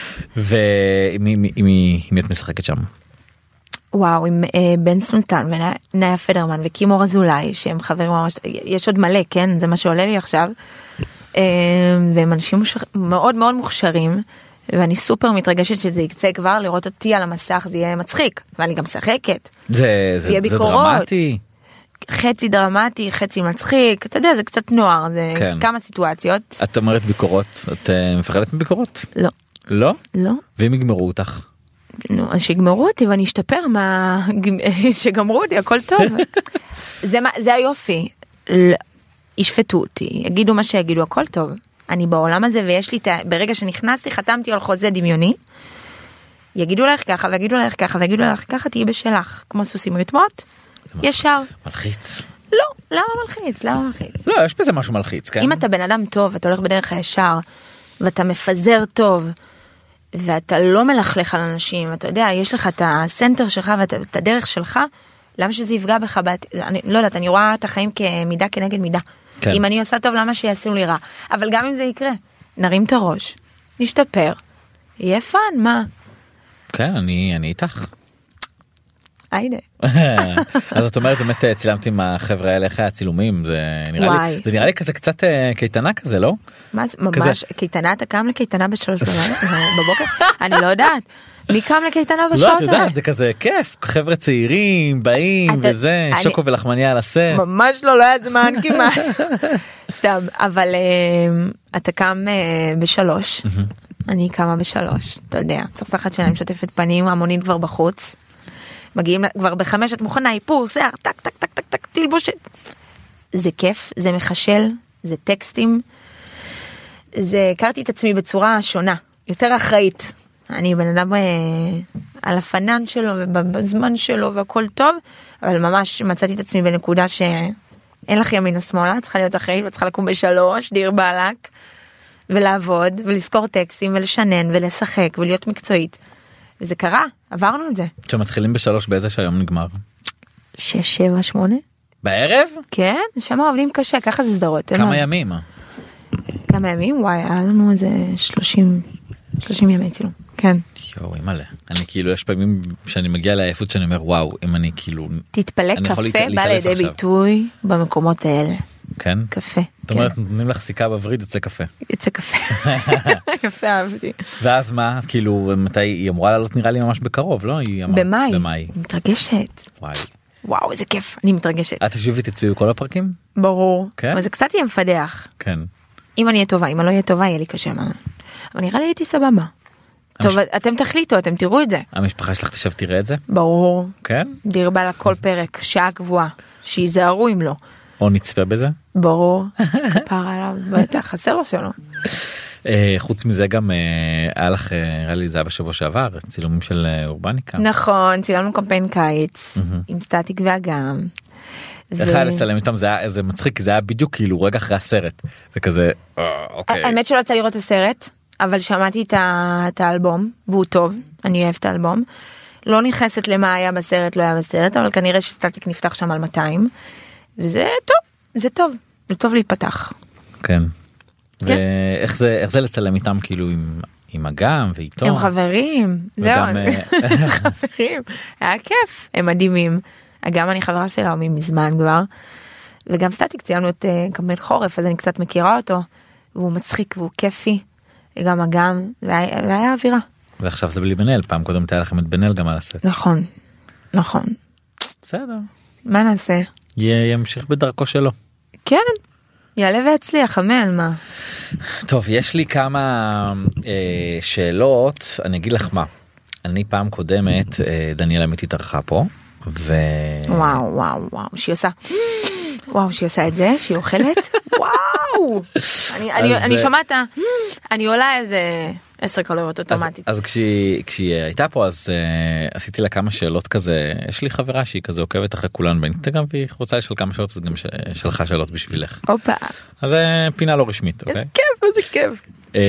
ומי את משחקת שם? וואו, עם אה, בן סולטן ונאיה פדרמן וקימור אזולאי, שהם חברים ממש, יש עוד מלא, כן? זה מה שעולה לי עכשיו. אה, והם אנשים מושר, מאוד מאוד מוכשרים, ואני סופר מתרגשת שזה יקצה כבר, לראות אותי על המסך, זה יהיה מצחיק, ואני גם שחקת. זה, זה, זה, זה דרמטי. חצי דרמטי, חצי מצחיק, אתה יודע, זה קצת נוער, זה כן. כמה סיטואציות. את אומרת ביקורות, את uh, מפחדת מביקורות? לא. לא? לא. ואם יגמרו אותך? נו, אז שיגמרו אותי ואני אשתפר מה... שגמרו אותי, הכל טוב. זה, זה היופי. ישפטו אותי, יגידו מה שיגידו, הכל טוב. אני בעולם הזה ויש לי, ברגע שנכנסתי חתמתי על חוזה דמיוני, יגידו לך ככה ויגידו לך ככה ויגידו לך ככה, תהיי בשלך, כמו סוסים ריתמות, ישר. מלחיץ. לא, למה מלחיץ? למה מלחיץ? לא, יש בזה משהו מלחיץ, כן? אם אתה בן אדם טוב, אתה הולך בדרך הישר, ואתה מפזר טוב, ואתה לא מלכלך על אנשים, אתה יודע, יש לך את הסנטר שלך ואת הדרך שלך, למה שזה יפגע בך? אני לא יודעת, אני רואה את החיים כמידה כנגד מידה. כן. אם אני עושה טוב, למה שיעשו לי רע? אבל גם אם זה יקרה, נרים את הראש, נשתפר, יהיה פן, מה? כן, אני, אני איתך. היידה. אז את אומרת, באמת צילמתי עם החבר'ה האלה, איך היה צילומים, זה נראה לי, זה נראה לי כזה קצת קייטנה כזה, לא? מה זה, ממש, קייטנה, אתה קם לקייטנה בשלוש בבוקר? אני לא יודעת. מי קם לקייטנה בשעות האלה? לא, את יודעת, זה כזה כיף, חבר'ה צעירים, באים וזה, שוקו ולחמניה על הסט. ממש לא, לא היה זמן כמעט. סתם, אבל אתה קם בשלוש, אני קמה בשלוש, אתה יודע, צחצחת שלהם שוטפת פנים, המונית כבר בחוץ. מגיעים כבר בחמש, את מוכנה, איפור, שיער, טק, טק, טק, טק, טק, תלבושת. זה כיף, זה מחשל, זה טקסטים. זה, הכרתי את עצמי בצורה שונה, יותר אחראית. אני בן אדם אה, על הפנן שלו ובזמן שלו והכל טוב, אבל ממש מצאתי את עצמי בנקודה שאין לך ימין או שמאלה, צריכה להיות אחראית, וצריכה לקום בשלוש, דיר בעלק, ולעבוד, ולזכור טקסטים, ולשנן, ולשחק, ולהיות מקצועית. וזה קרה, עברנו את זה. כשמתחילים בשלוש, באיזה שהיום נגמר? שש, שבע, שמונה. בערב? כן, שם עובדים קשה, ככה זה סדרות. כמה ימים? כמה ימים? וואי, היה לנו איזה שלושים, שלושים ימי צילום. כן. יואו, מלא. אני כאילו, יש פעמים שאני מגיע לעייפות שאני אומר, וואו, אם אני כאילו... תתפלא, קפה בא לידי ביטוי במקומות האלה. כן? קפה. זאת אומרת, נותנים לך סיכה בווריד, יוצא קפה. יוצא קפה. יפה, אהבתי. ואז מה? כאילו, מתי היא אמורה לעלות נראה לי ממש בקרוב, לא? במאי. במאי. מתרגשת. וואי. וואו, איזה כיף. אני מתרגשת. את תשבי ותצבי בכל הפרקים? ברור. כן? אבל זה קצת יהיה מפדח. כן. אם אני אהיה טובה, אם אני לא אהיה טובה, יהיה לי קשה מה. אבל נראה לי הייתי סבבה. טוב, אתם תחליטו, אתם תראו את זה. המשפחה שלך תשב תראה את זה? ברור. כן? דיר בה לכל פרק, שעה קבועה. שיזהרו אם לא. או נצפה בזה? ברור. כפר עליו, בטח, חסר לו שלא. חוץ מזה גם היה לך, נראה לי זה היה בשבוע שעבר, צילומים של אורבניקה. נכון, צילמנו קמפיין קיץ, עם סטטיק ואגם. איך היה לצלם איתם? זה מצחיק, כי זה היה בדיוק כאילו רגע אחרי הסרט. זה כזה, אוקיי. האמת שלא יצא לראות את הסרט, אבל שמעתי את האלבום, והוא טוב, אני אוהבת את האלבום. לא נכנסת למה היה בסרט, לא היה בסרט, אבל כנראה שסטטיק נפתח שם על מאתיים, וזה טוב, זה טוב, זה טוב להיפתח. כן. ואיך זה, איך זה לצלם איתם כאילו עם, עם אגם ואיתו? הם חברים, זהו, חברים, היה כיף, הם מדהימים. אגם אני חברה שלה מזמן כבר, וגם סטטיק ציינו את קמפיין חורף, אז אני קצת מכירה אותו, והוא מצחיק והוא כיפי, גם אגם, והיה אווירה. ועכשיו זה בלי בנאל, פעם קודם תהיה לכם את בנאל גם על הסט. נכון, נכון. בסדר. מה נעשה? ימשיך בדרכו שלו. כן. יעלה והצליח, אמן, מה? טוב, יש לי כמה אה, שאלות, אני אגיד לך מה. אני פעם קודמת, אה, דניאל עמית התארחה פה, ו... וואו, וואו, וואו, שהיא עושה, וואו, שהיא עושה את זה, שהיא אוכלת, וואו! אני, אני, אז, אני שומעת, אני עולה איזה עשר קלוריות אוטומטית. אז, אז כשהיא, כשהיא הייתה פה, אז uh, עשיתי לה כמה שאלות כזה, יש לי חברה שהיא כזה עוקבת אחרי כולן באינסטגרם, והיא רוצה לשאול כמה שאלות, אז גם ש... שלחה שאלות בשבילך. אופה. אז uh, פינה לא רשמית, איזה אוקיי? כיף, איזה כיף. Uh,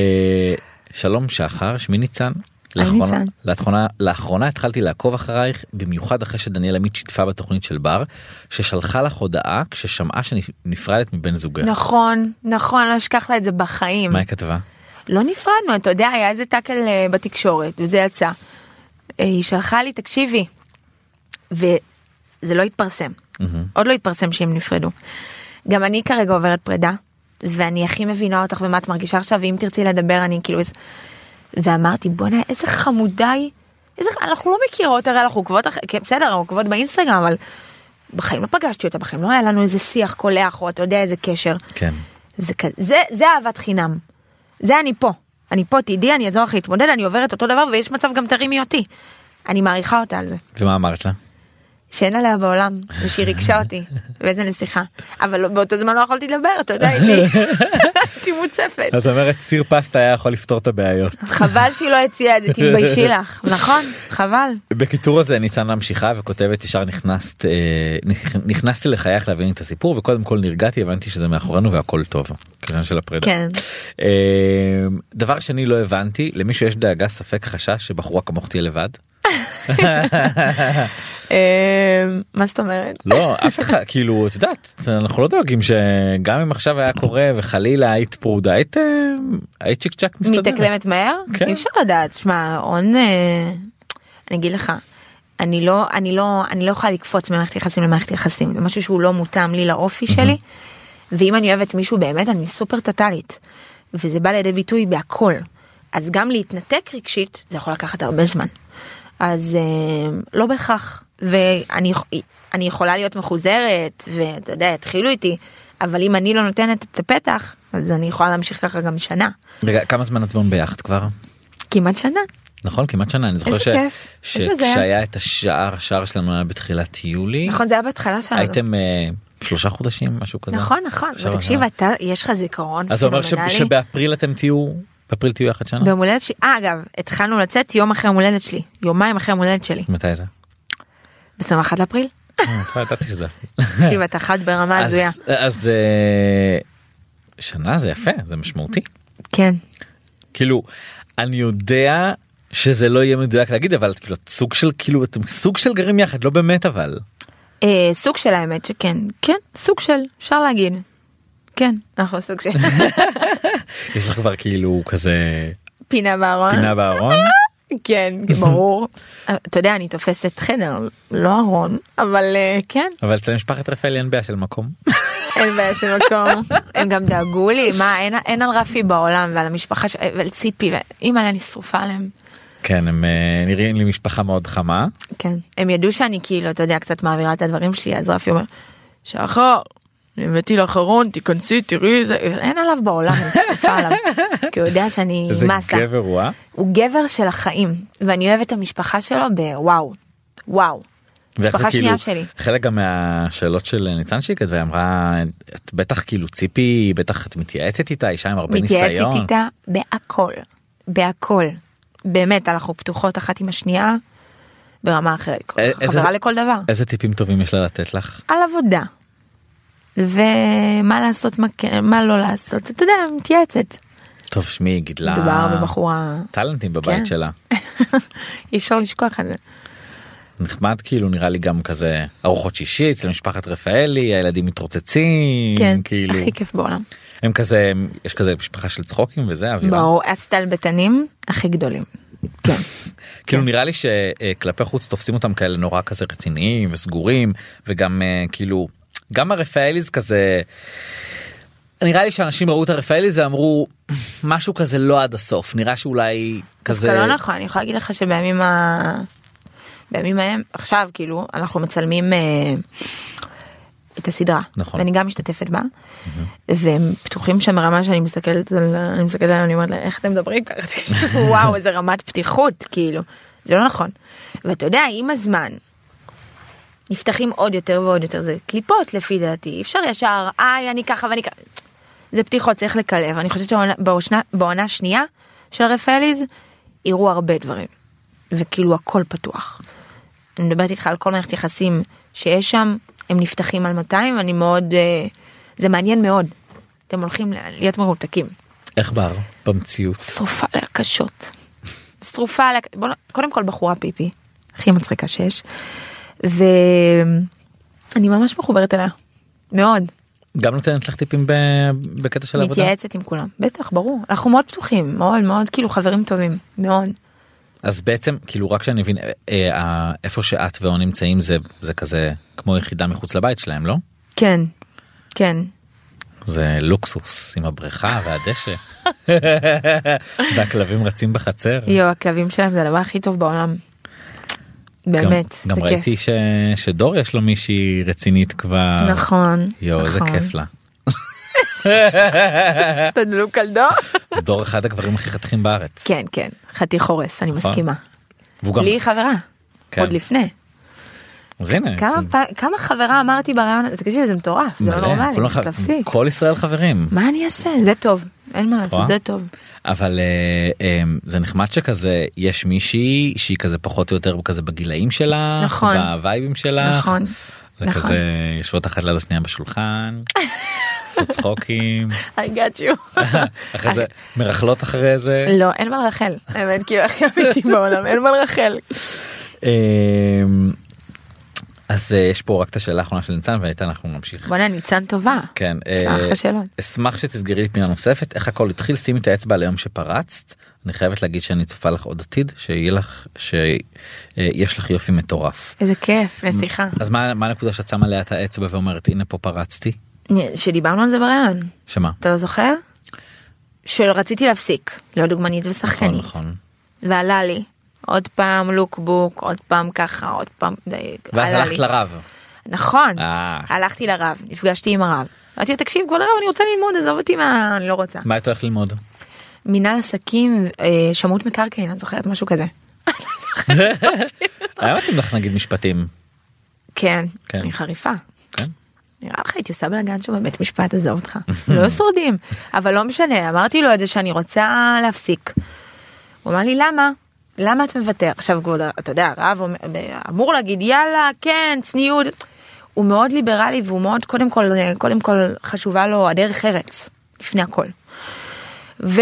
שלום שחר, שמי ניצן. לאחרונה, לאחרונה, לאחרונה התחלתי לעקוב אחרייך, במיוחד אחרי שדניאל עמית שיתפה בתוכנית של בר, ששלחה לך הודעה כששמעה שנפרדת מבן זוגך. נכון, נכון, לא אשכח לה את זה בחיים. מה היא כתבה? לא נפרדנו, אתה יודע, היה איזה טאקל בתקשורת, וזה יצא. היא שלחה לי, תקשיבי, וזה לא התפרסם. עוד לא התפרסם שהם נפרדו. גם אני כרגע עוברת פרידה, ואני הכי מבינה אותך ומה את מרגישה עכשיו, ואם תרצי לדבר, אני כאילו... ואמרתי, בוא נראה, איזה חמודה היא, איזה, אנחנו לא מכירות, הרי אנחנו עוקבות, בסדר, אנחנו עוקבות באינסטגרם, אבל בחיים לא פגשתי אותה, בחיים לא היה לנו איזה שיח קולח, או אתה יודע איזה קשר. כן. זה, זה, זה אהבת חינם. זה אני פה. אני פה, תדעי, אני אעזור לך להתמודד, אני עוברת אותו דבר, ויש מצב גם תרימי אותי. אני מעריכה אותה על זה. ומה אמרת לה? שאין עליה בעולם, ושהיא ריגשה אותי, ואיזה נסיכה. אבל באותו זמן לא יכולתי לדבר, אתה יודע, הייתי מוצפת. זאת אומרת, סיר פסטה היה יכול לפתור את הבעיות. חבל שהיא לא הציעה את זה, תתביישי לך. נכון, חבל. בקיצור הזה, ניצן ממשיכה וכותבת, ישר נכנסת, נכנסתי לחייך להבין את הסיפור, וקודם כל נרגעתי, הבנתי שזה מאחורינו והכל טוב. כיוון של הפרידה. כן. דבר שני לא הבנתי, למישהו יש דאגה, ספק, חשש שבחורה כמוך תהיה לבד? מה זאת אומרת? לא, אף אחד, כאילו, את יודעת, אנחנו לא דואגים שגם אם עכשיו היה קורה וחלילה היית פרודה, היית היית צ'יק צ'ק מסתדרת. מתאקלמת מהר? אי אפשר לדעת, שמע, און, אני אגיד לך, אני לא, אני לא, אני לא יכולה לקפוץ ממערכת יחסים למערכת יחסים, זה משהו שהוא לא מותאם לי לאופי שלי, ואם אני אוהבת מישהו באמת, אני סופר טוטלית, וזה בא לידי ביטוי בהכל, אז גם להתנתק רגשית, זה יכול לקחת הרבה זמן. אז לא בהכרח, ואני אני יכולה להיות מחוזרת, ואתה יודע, התחילו איתי, אבל אם אני לא נותנת את הפתח, אז אני יכולה להמשיך ככה גם שנה. רגע, כמה זמן אתם ביחד כבר? כמעט שנה. נכון, כמעט שנה. אני זוכר ש... שכשהיה את השער, השער שלנו היה בתחילת יולי. נכון, זה היה בהתחלה שלנו. הייתם שלושה חודשים, משהו כזה. נכון, נכון. ותקשיב, אתה, יש לך זיכרון. אז זה אומר שבאפריל אתם תהיו... באפריל תהיו יחד שנה? ביום הולדת שלי, אה, אגב, התחלנו לצאת יום אחרי המולדת שלי, יומיים אחרי המולדת שלי. מתי זה? ב-עשרים ואחד לאפריל. אה, ידעתי שזה. תקשיב, אתה חד ברמה הזויה. אז שנה זה יפה, זה משמעותי. כן. כאילו, אני יודע שזה לא יהיה מדויק להגיד, אבל כאילו, סוג של, כאילו, אתם סוג של גרים יחד, לא באמת אבל. סוג של האמת שכן, כן, סוג של, אפשר להגיד. כן, אנחנו סוג של. יש לך כבר כאילו כזה פינה בארון. פינה בארון? כן, ברור. אתה יודע, אני תופסת חדר, לא ארון, אבל כן. אבל אצל משפחת רפאלי אין בעיה של מקום. אין בעיה של מקום. הם גם דאגו לי, מה, אין על רפי בעולם ועל המשפחה ועל ציפי, ואימא אני שרופה עליהם. כן, הם נראים לי משפחה מאוד חמה. כן, הם ידעו שאני כאילו, אתה יודע, קצת מעבירה את הדברים שלי, אז רפי אומר, שחר, הבאתי לאחרון, תיכנסי, תראי, אין עליו בעולם, אני שרופה עליו, כי הוא יודע שאני מסה. איזה גבר הוא, אה? הוא גבר של החיים, ואני אוהבת את המשפחה שלו בוואו, וואו. משפחה שנייה שלי. חלק גם מהשאלות של ניצן שיקת, והיא אמרה, את בטח כאילו ציפי, בטח את מתייעצת איתה, אישה עם הרבה ניסיון. מתייעצת איתה בהכל, בהכל. באמת, אנחנו פתוחות אחת עם השנייה, ברמה אחרת. חברה לכל דבר. איזה טיפים טובים יש לה לתת לך? על עבודה. ומה לעשות, מה, מה לא לעשות, אתה יודע, מתייעצת. טוב, שמי, גידלה... מדובר בבחורה... טלנטים בבית כן. שלה. אי אפשר לשכוח את זה. נחמד, כאילו, נראה לי גם כזה ארוחות שישית, אצל משפחת רפאלי, הילדים מתרוצצים, כן, כאילו... הכי כיף בעולם. הם כזה, יש כזה משפחה של צחוקים וזה, אווירה. ברור, הסטלבטנים הכי גדולים. כן. כאילו נראה לי שכלפי חוץ תופסים אותם כאלה נורא כזה רציניים וסגורים, וגם כאילו... גם הרפאליז כזה, נראה לי שאנשים ראו את הרפאליז ואמרו משהו כזה לא עד הסוף, נראה שאולי כזה... זה לא נכון, אני יכולה להגיד לך שבימים ה... בימים ההם, עכשיו כאילו, אנחנו מצלמים אה, את הסדרה, נכון. ואני גם משתתפת בה, mm-hmm. והם פתוחים שם ברמה שאני מסתכלת על, אני מסתכלת עליהם, אני אומרת לה, איך אתם מדברים ככה? וואו, איזה רמת פתיחות, כאילו, זה לא נכון. ואתה יודע, עם הזמן, נפתחים עוד יותר ועוד יותר, זה קליפות לפי דעתי, אפשר ישר, איי, אני ככה ואני ככה, זה פתיחות, צריך לקלב, אני חושבת שבעונה שנייה של הרפאליז, יראו הרבה דברים, וכאילו הכל פתוח. אני מדברת איתך על כל מערכת יחסים שיש שם, הם נפתחים על מאתיים, ואני מאוד, זה מעניין מאוד, אתם הולכים להיות מרותקים. איך בר? במציאות? שרופה עליה קשות. שרופה עליה, קודם כל בחורה פיפי, הכי מצחיקה שיש, ואני ממש מחוברת אליה, מאוד. גם נותנת לך טיפים בקטע של העבודה? מתייעצת עם כולם, בטח, ברור. אנחנו מאוד פתוחים, מאוד מאוד כאילו חברים טובים, מאוד. אז בעצם, כאילו רק שאני מבין, איפה שאת ואו נמצאים זה, זה כזה כמו יחידה מחוץ לבית שלהם, לא? כן, כן. זה לוקסוס עם הבריכה והדשא. והכלבים רצים בחצר. יו, הכלבים שלהם זה הדבר הכי טוב בעולם. באמת, גם, גם ראיתי ש, שדור יש לו מישהי רצינית כבר. נכון. יו, איזה נכון. כיף לה. תדלוק על דור. דור אחד הגברים הכי חתיכים בארץ. כן, כן, חתיך חורס, אני נכון. מסכימה. גם... לי חברה, כן. עוד לפני. אז הנה. כמה חברה אמרתי ברעיון, תקשיב, זה מטורף, זה לא נורמלי, תפסיק. כל ישראל חברים. מה אני אעשה? זה טוב, אין מה לעשות, זה טוב. אבל זה נחמד שכזה, יש מישהי שהיא כזה פחות או יותר כזה בגילאים שלה, נכון. בווייבים שלה. נכון. זה כזה, יושבות אחת ליד השנייה בשולחן, עושות צחוקים. I got you. אחרי זה, מרחלות אחרי זה. לא, אין מה לרחל. האמת, כאילו, הכי אמיתי בעולם, אין מה לרחל. אז יש פה רק את השאלה האחרונה של ניצן, ואיתה אנחנו נמשיך. בוא'נה, ניצן טובה. כן. אחלה שאלות. אשמח שתסגרי לי פינה נוספת, איך הכל התחיל, שימי את האצבע על היום שפרצת. אני חייבת להגיד שאני צופה לך עוד עתיד, שיהיה לך, שיש לך יופי מטורף. איזה כיף, נסיכה. אז מה, מה הנקודה שאת שמה עליה את האצבע ואומרת, הנה פה פרצתי? שדיברנו על זה ברעיון. שמה? אתה לא זוכר? שרציתי להפסיק, להיות דוגמנית ושחקנית. נכון, נכון. ועלה לי. עוד פעם לוקבוק, עוד פעם ככה, עוד פעם... ואז הלכת לרב. נכון, הלכתי לרב, נפגשתי עם הרב. אמרתי לו, תקשיב, כבוד הרב, אני רוצה ללמוד, עזוב אותי מה, אני לא רוצה. מה היית הולך ללמוד? מינהל עסקים, שמות מקרקעין, אני זוכרת משהו כזה. היה מתאים לך נגיד משפטים. כן, אני חריפה. נראה לך הייתי עושה בלגן שם בבית משפט, עזוב אותך. לא שורדים, אבל לא משנה, אמרתי לו את זה שאני רוצה להפסיק. הוא אמר לי, למה? למה את מוותר? עכשיו, אתה יודע, הרב אמור להגיד, יאללה, כן, צניעות. הוא מאוד ליברלי, והוא מאוד, קודם כל, קודם כל חשובה לו הדרך ארץ, לפני הכל. והוא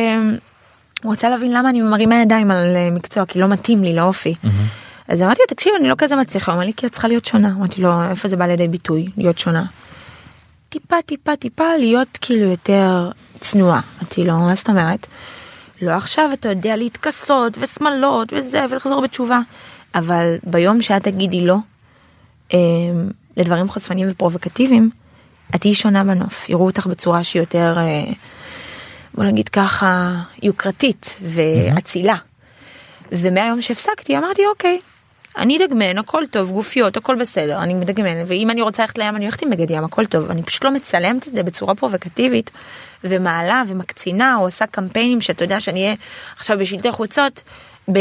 רוצה להבין למה אני מרימה ידיים על מקצוע, כי לא מתאים לי, לא אופי. אז אמרתי לו, תקשיב, אני לא כזה מצליחה. הוא אמר לי, כי את צריכה להיות שונה. אמרתי לו, איפה זה בא לידי ביטוי, להיות שונה? טיפה, טיפה, טיפה, להיות כאילו יותר צנועה. אמרתי לו, מה זאת אומרת? לא עכשיו אתה יודע להתכסות ושמלות וזה ולחזור בתשובה, אבל ביום שאת תגידי לא אה, לדברים חושפניים ופרובוקטיביים, את תהיי שונה בנוף, יראו אותך בצורה שהיא יותר, אה, בוא נגיד ככה, יוקרתית ועצילה. ומהיום שהפסקתי אמרתי אוקיי, אני דגמן, הכל טוב, גופיות, הכל בסדר, אני מדגמן, ואם אני רוצה ללכת לים אני הולכת עם בגד ים, הכל טוב, אני פשוט לא מצלמת את זה בצורה פרובוקטיבית, ומעלה ומקצינה, או עושה קמפיינים שאתה יודע שאני אהיה עכשיו בשלטי חוצות, ב...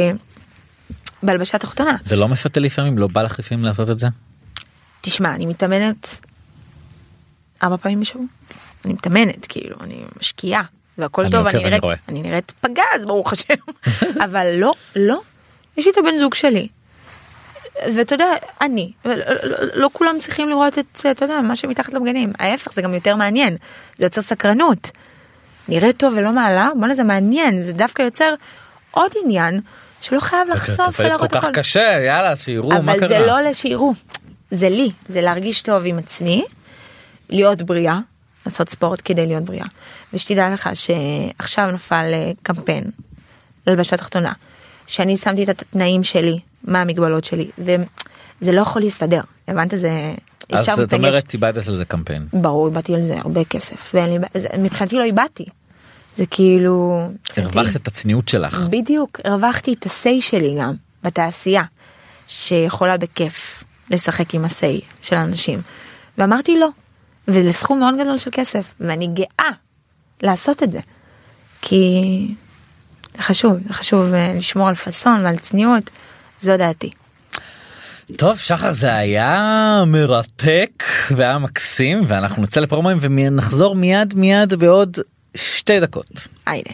בהלבשת תחתונה. זה לא מפתה לפעמים? לא בא לך לפעמים לעשות את זה? תשמע, אני מתאמנת ארבע פעמים בשבוע. אני מתאמנת, כאילו, אני משקיעה, והכל טוב, אני נראית, אני נראית פגז, ברוך השם. אבל לא, לא, יש לי את הבן זוג שלי. ואתה יודע, אני, לא, לא, לא כולם צריכים לראות את, אתה יודע, מה שמתחת לבגנים. ההפך, זה גם יותר מעניין. זה יוצר סקרנות. נראה טוב ולא מעלה, בוא נזה מעניין. זה דווקא יוצר עוד עניין, שלא חייב לחשוף ולהראות הכל. כל כך קשה, יאללה, שיראו מה קרה. אבל זה לא לשיראו. זה לי. זה להרגיש טוב עם עצמי, להיות בריאה, לעשות ספורט כדי להיות בריאה. ושתדע לך שעכשיו נפל קמפיין, ללבשת תחתונה, שאני שמתי את התנאים שלי, מה המגבלות שלי, וזה לא יכול להסתדר. הבנת? זה... אז זאת אומרת, איבדת על זה קמפיין. ברור, איבדתי על זה הרבה כסף. מבחינתי לא איבדתי. זה כאילו... הרווחת את הצניעות שלך. בדיוק, הרווחתי את הסי שלי גם, בתעשייה, שיכולה בכיף לשחק עם הסי של אנשים. ואמרתי לא. ולסכום מאוד גדול של כסף. ואני גאה לעשות את זה. כי... זה חשוב, זה חשוב לשמור על פסון ועל צניעות. זו דעתי. טוב, שחר, זה היה מרתק והיה מקסים, ואנחנו נצא לפרומים ונחזור מיד מיד בעוד שתי דקות. היידה.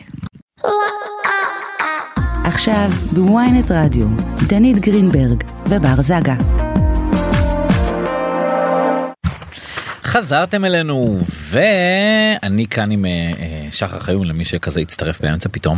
עכשיו בוויינט רדיו, דנית גרינברג ובר זגה. חזרתם אלינו, ואני כאן עם שחר חיון, למי שכזה יצטרף באמצע פתאום.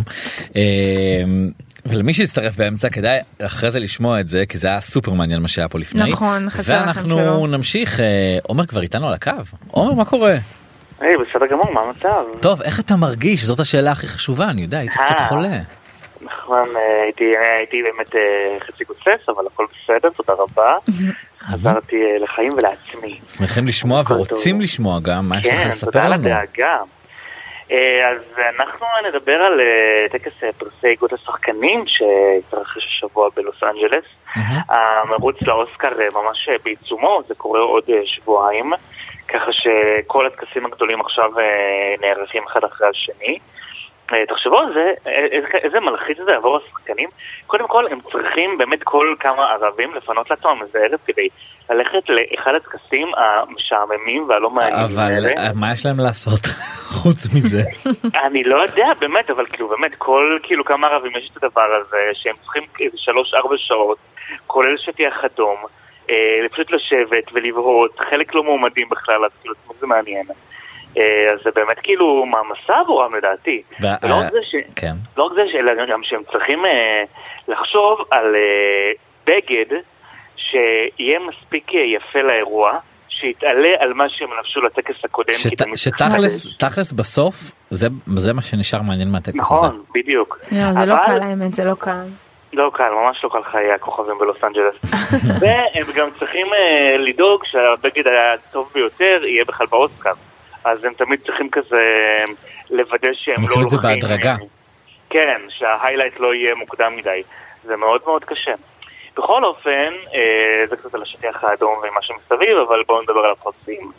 ולמי שיצטרף באמצע כדאי אחרי זה לשמוע את זה, כי זה היה סופר מעניין מה שהיה פה לפני. נכון, חסר לכם שלא. ואנחנו נמשיך. עומר כבר איתנו על הקו. עומר, מה קורה? היי, בסדר גמור, מה המצב? טוב, איך אתה מרגיש? זאת השאלה הכי חשובה, אני יודע, הייתי קצת חולה. נכון, הייתי באמת חצי גוסס, אבל הכל בסדר, תודה רבה. חזרתי לחיים ולעצמי. שמחים לשמוע ורוצים לשמוע גם, מה יש לך לספר לנו? כן, תודה לדאגה. אז אנחנו נדבר על טקס פרסי איגוד השחקנים שהתרחש השבוע בלוס אנג'לס. המרוץ לאוסקר ממש בעיצומו, זה קורה עוד שבועיים, ככה שכל הטקסים הגדולים עכשיו נערכים אחד אחרי השני. תחשבו על זה, איזה מלחיץ זה עבור השחקנים. קודם כל, הם צריכים באמת כל כמה ערבים לפנות לעצמם איזה ערב כדי ללכת לאחד הטקסים המשעממים והלא מעניינים. אבל מה יש להם לעשות חוץ מזה? אני לא יודע באמת, אבל כאילו באמת כל כאילו כמה ערבים יש את הדבר הזה, שהם צריכים איזה שלוש ארבע שעות, כולל שטיח אדום, פשוט לשבת ולבהות, חלק לא מועמדים בכלל, אז כאילו זה מעניין. אז זה באמת כאילו מעמסה עבורם לדעתי. לא רק זה, אלא גם שהם צריכים לחשוב על בגד שיהיה מספיק יפה לאירוע, שיתעלה על מה שהם לבשו לטקס הקודם. שתכלס בסוף, זה מה שנשאר מעניין מהטקס הזה. נכון, בדיוק. זה לא קל האמת, זה לא קל. לא קל, ממש לא קל חיי הכוכבים בלוס אנג'לס. והם גם צריכים לדאוג שהבגד הטוב ביותר יהיה בכלל באוסקר. אז הם תמיד צריכים כזה לוודא שהם לא עושים את זה בהדרגה. כן, שההיילייט לא יהיה מוקדם מדי. זה מאוד מאוד קשה. בכל אופן, זה קצת על השטיח האדום ומה שמסביב, אבל בואו נדבר על הפרסים.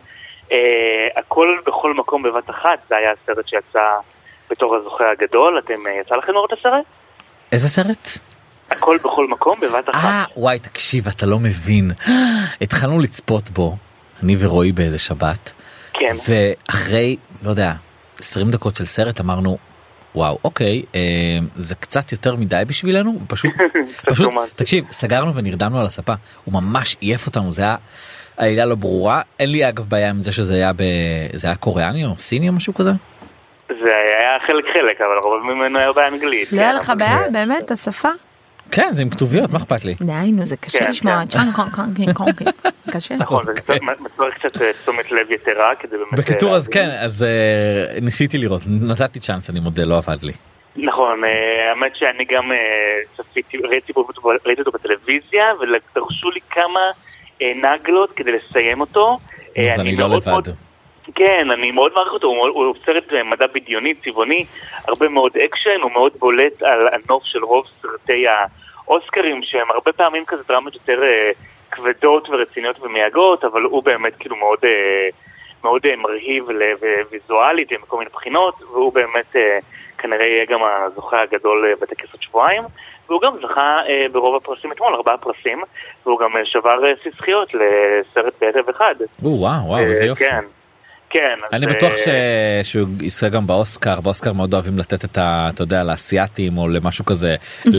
הכל בכל מקום בבת אחת, זה היה הסרט שיצא בתור הזוכה הגדול. אתם, יצא לכם לראות את הסרט? איזה סרט? הכל בכל מקום בבת אחת. אה, וואי, תקשיב, אתה לא מבין. התחלנו לצפות בו, אני ורועי באיזה שבת. כן. ואחרי, לא יודע, עשרים דקות של סרט אמרנו, וואו, אוקיי, אה, זה קצת יותר מדי בשבילנו, פשוט, פשוט, תקשיב, סגרנו ונרדמנו על הספה, הוא ממש עייף אותנו, זה היה, העילה לא ברורה, אין לי אגב בעיה עם זה שזה היה, ב, זה היה קוריאני או סיני או משהו כזה? זה היה חלק חלק, אבל רוב ממנו היה באנגלית. לא היה לך בעיה, באמת, השפה? כן, זה עם כתוביות, מה אכפת לי? דיינו, זה קשה לשמוע, צ'אנג קונג קונג קונג קונג, קשה. נכון, זה מצורך קצת תשומת לב יתרה, כדי באמת... בקיצור, אז כן, אז ניסיתי לראות, נתתי צ'אנס, אני מודה, לא עבד לי. נכון, האמת שאני גם צפיתי, ראיתי אותו בטלוויזיה, ודרשו לי כמה נגלות כדי לסיים אותו. אז אני לא לבד. כן, אני מאוד מעריך אותו, הוא סרט מדע בדיוני, צבעוני, הרבה מאוד אקשן, הוא מאוד בולט על הנוף של רוב סרטי האוסקרים, שהם הרבה פעמים כזה דרמות יותר כבדות ורציניות ומייגות, אבל הוא באמת כאילו מאוד, מאוד מרהיב וויזואלית עם כל מיני בחינות, והוא באמת כנראה יהיה גם הזוכה הגדול בטקס עוד שבועיים, והוא גם זכה ברוב הפרסים אתמול, ארבעה פרסים, והוא גם שבר ססחיות לסרט בערב אחד. וואו, וואו, איזה יופי. כן. כן, אני בטוח שהוא ישחק גם באוסקר, באוסקר מאוד אוהבים לתת את ה, אתה יודע, לאסייתים או למשהו כזה,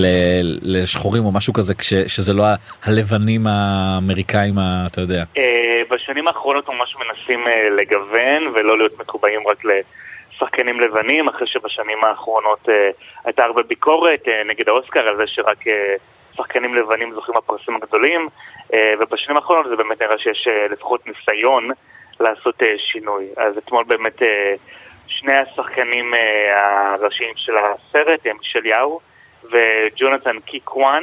לשחורים או משהו כזה, שזה לא הלבנים האמריקאים, אתה יודע. בשנים האחרונות ממש מנסים לגוון ולא להיות מקובעים רק לשחקנים לבנים, אחרי שבשנים האחרונות הייתה הרבה ביקורת נגד האוסקר על זה שרק שחקנים לבנים זוכים הפרסים הגדולים, ובשנים האחרונות זה באמת נראה שיש לפחות ניסיון לעשות שינוי. אז אתמול באמת שני השחקנים הראשיים של הסרט הם מישליהו וג'ונתן קיקוואן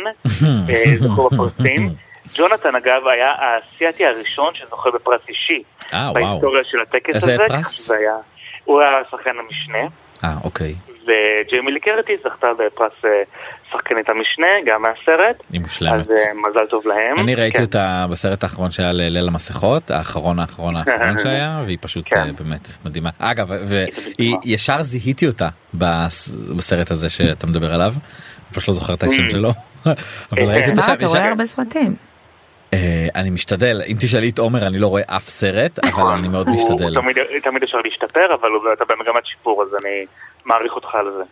זכו בפרסים. ג'ונתן אגב היה האסייתי הראשון שזוכה בפרס אישי בהיסטוריה של הטקס הזה. איזה פרס? הוא היה שחקן המשנה. אה, אוקיי. וג'יימי לי קרטיס זכתה בפרס שחקנית המשנה, גם מהסרט. היא מושלמת. אז מזל טוב להם. אני ראיתי אותה בסרט האחרון שהיה ליל המסכות, האחרון האחרון האחרון שהיה, והיא פשוט באמת מדהימה. אגב, וישר זיהיתי אותה בסרט הזה שאתה מדבר עליו, פשוט לא זוכר את השם שלו. מה, אתה רואה הרבה סרטים? אני משתדל, אם תשאלי את עומר אני לא רואה אף סרט, אבל אני מאוד משתדל. תמיד אפשר להשתפר, אבל אתה במגמת שיפור, אז אני מעריך אותך על זה.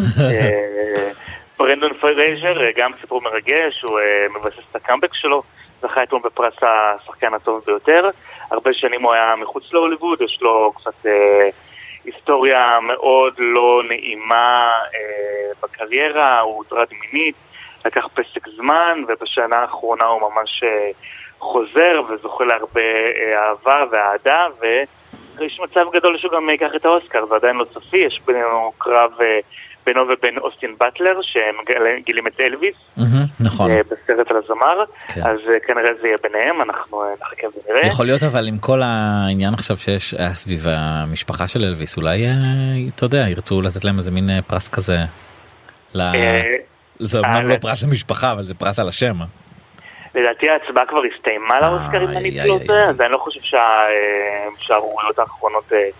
ברנדון פרייזר, גם סיפור מרגש, הוא מבסס את הקאמבק שלו, זכה אתמול בפרס השחקן הטוב ביותר. הרבה שנים הוא היה מחוץ להוליווד, יש לו קצת היסטוריה מאוד לא נעימה בקריירה, הוא הוטרד מינית, לקח פסק זמן, ובשנה האחרונה הוא ממש חוזר וזוכה להרבה אהבה ואהדה, ויש מצב גדול שהוא גם ייקח את האוסקר, זה עדיין לא סופי, יש בינינו קרב בינו ובין אוסטין באטלר, שהם גילים את אלוויס, נכון. בסרט על הזמר, אז כנראה זה יהיה ביניהם, אנחנו נחכה ונראה. יכול להיות אבל עם כל העניין עכשיו שיש סביב המשפחה של אלוויס, אולי, אתה יודע, ירצו לתת להם איזה מין פרס כזה ל... זה אומנם לא פרס למשפחה, אבל זה פרס על השם. לדעתי ההצבעה כבר הסתיימה לאוסקרים, אני לא יודע, אז אני לא חושב שהשערוריות האחרונות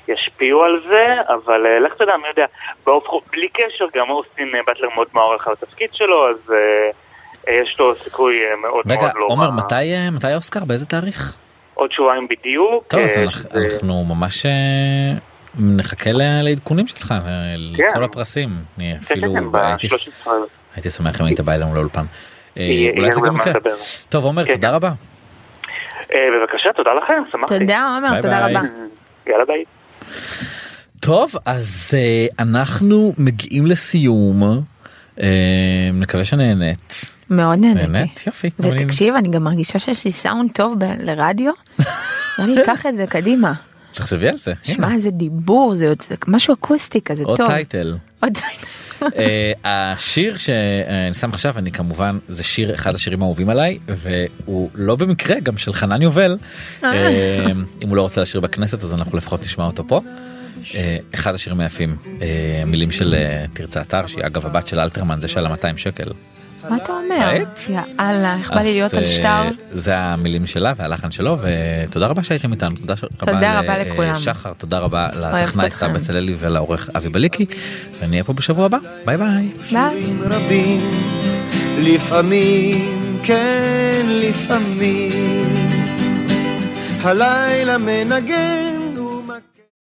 ישפיעו על זה, אבל לך תדע, מי יודע, בלי קשר גם אוסטין באטלר מאוד מעורך על התפקיד שלו, אז יש לו סיכוי מאוד מאוד לא... רגע, עומר, מתי האוסקר? באיזה תאריך? עוד שבועיים בדיוק. טוב, אז אנחנו ממש נחכה לעדכונים שלך, לכל הפרסים. אני אפילו הייתי שמח אם היית בא אלינו לאולפן. אולי זה גם יקרה. טוב, עומר, תודה רבה. בבקשה, תודה לכם, שמחתי. תודה עומר, תודה רבה. יאללה ביי. טוב, אז אנחנו מגיעים לסיום. נקווה שנהנית. מאוד נהנית. נהנית, יופי. ותקשיב, אני גם מרגישה שיש לי סאונד טוב לרדיו. אני אקח את זה קדימה. תחשבי על זה. שמע, זה דיבור, זה משהו אקוסטי כזה טוב. עוד טייטל. עוד טייטל. השיר שאני שם עכשיו, אני כמובן, זה שיר, אחד השירים האהובים עליי, והוא לא במקרה גם של חנן יובל. אם הוא לא רוצה לשיר בכנסת, אז אנחנו לפחות נשמע אותו פה. אחד השירים היפים, מילים של תרצה אתר, שהיא אגב הבת של אלתרמן, זה של ה-מאתיים שקל. מה אתה אומר? יאללה, איך בא לי להיות על שטר? זה המילים שלה והלחן שלו, ותודה רבה שהייתם איתנו. תודה רבה לכולם. שחר, תודה רבה לטכנאי סתיו בצללי ולעורך אבי בליקי, ונהיה פה בשבוע הבא. ביי ביי. ביי. לפעמים, כן, לפעמים, הלילה מנגן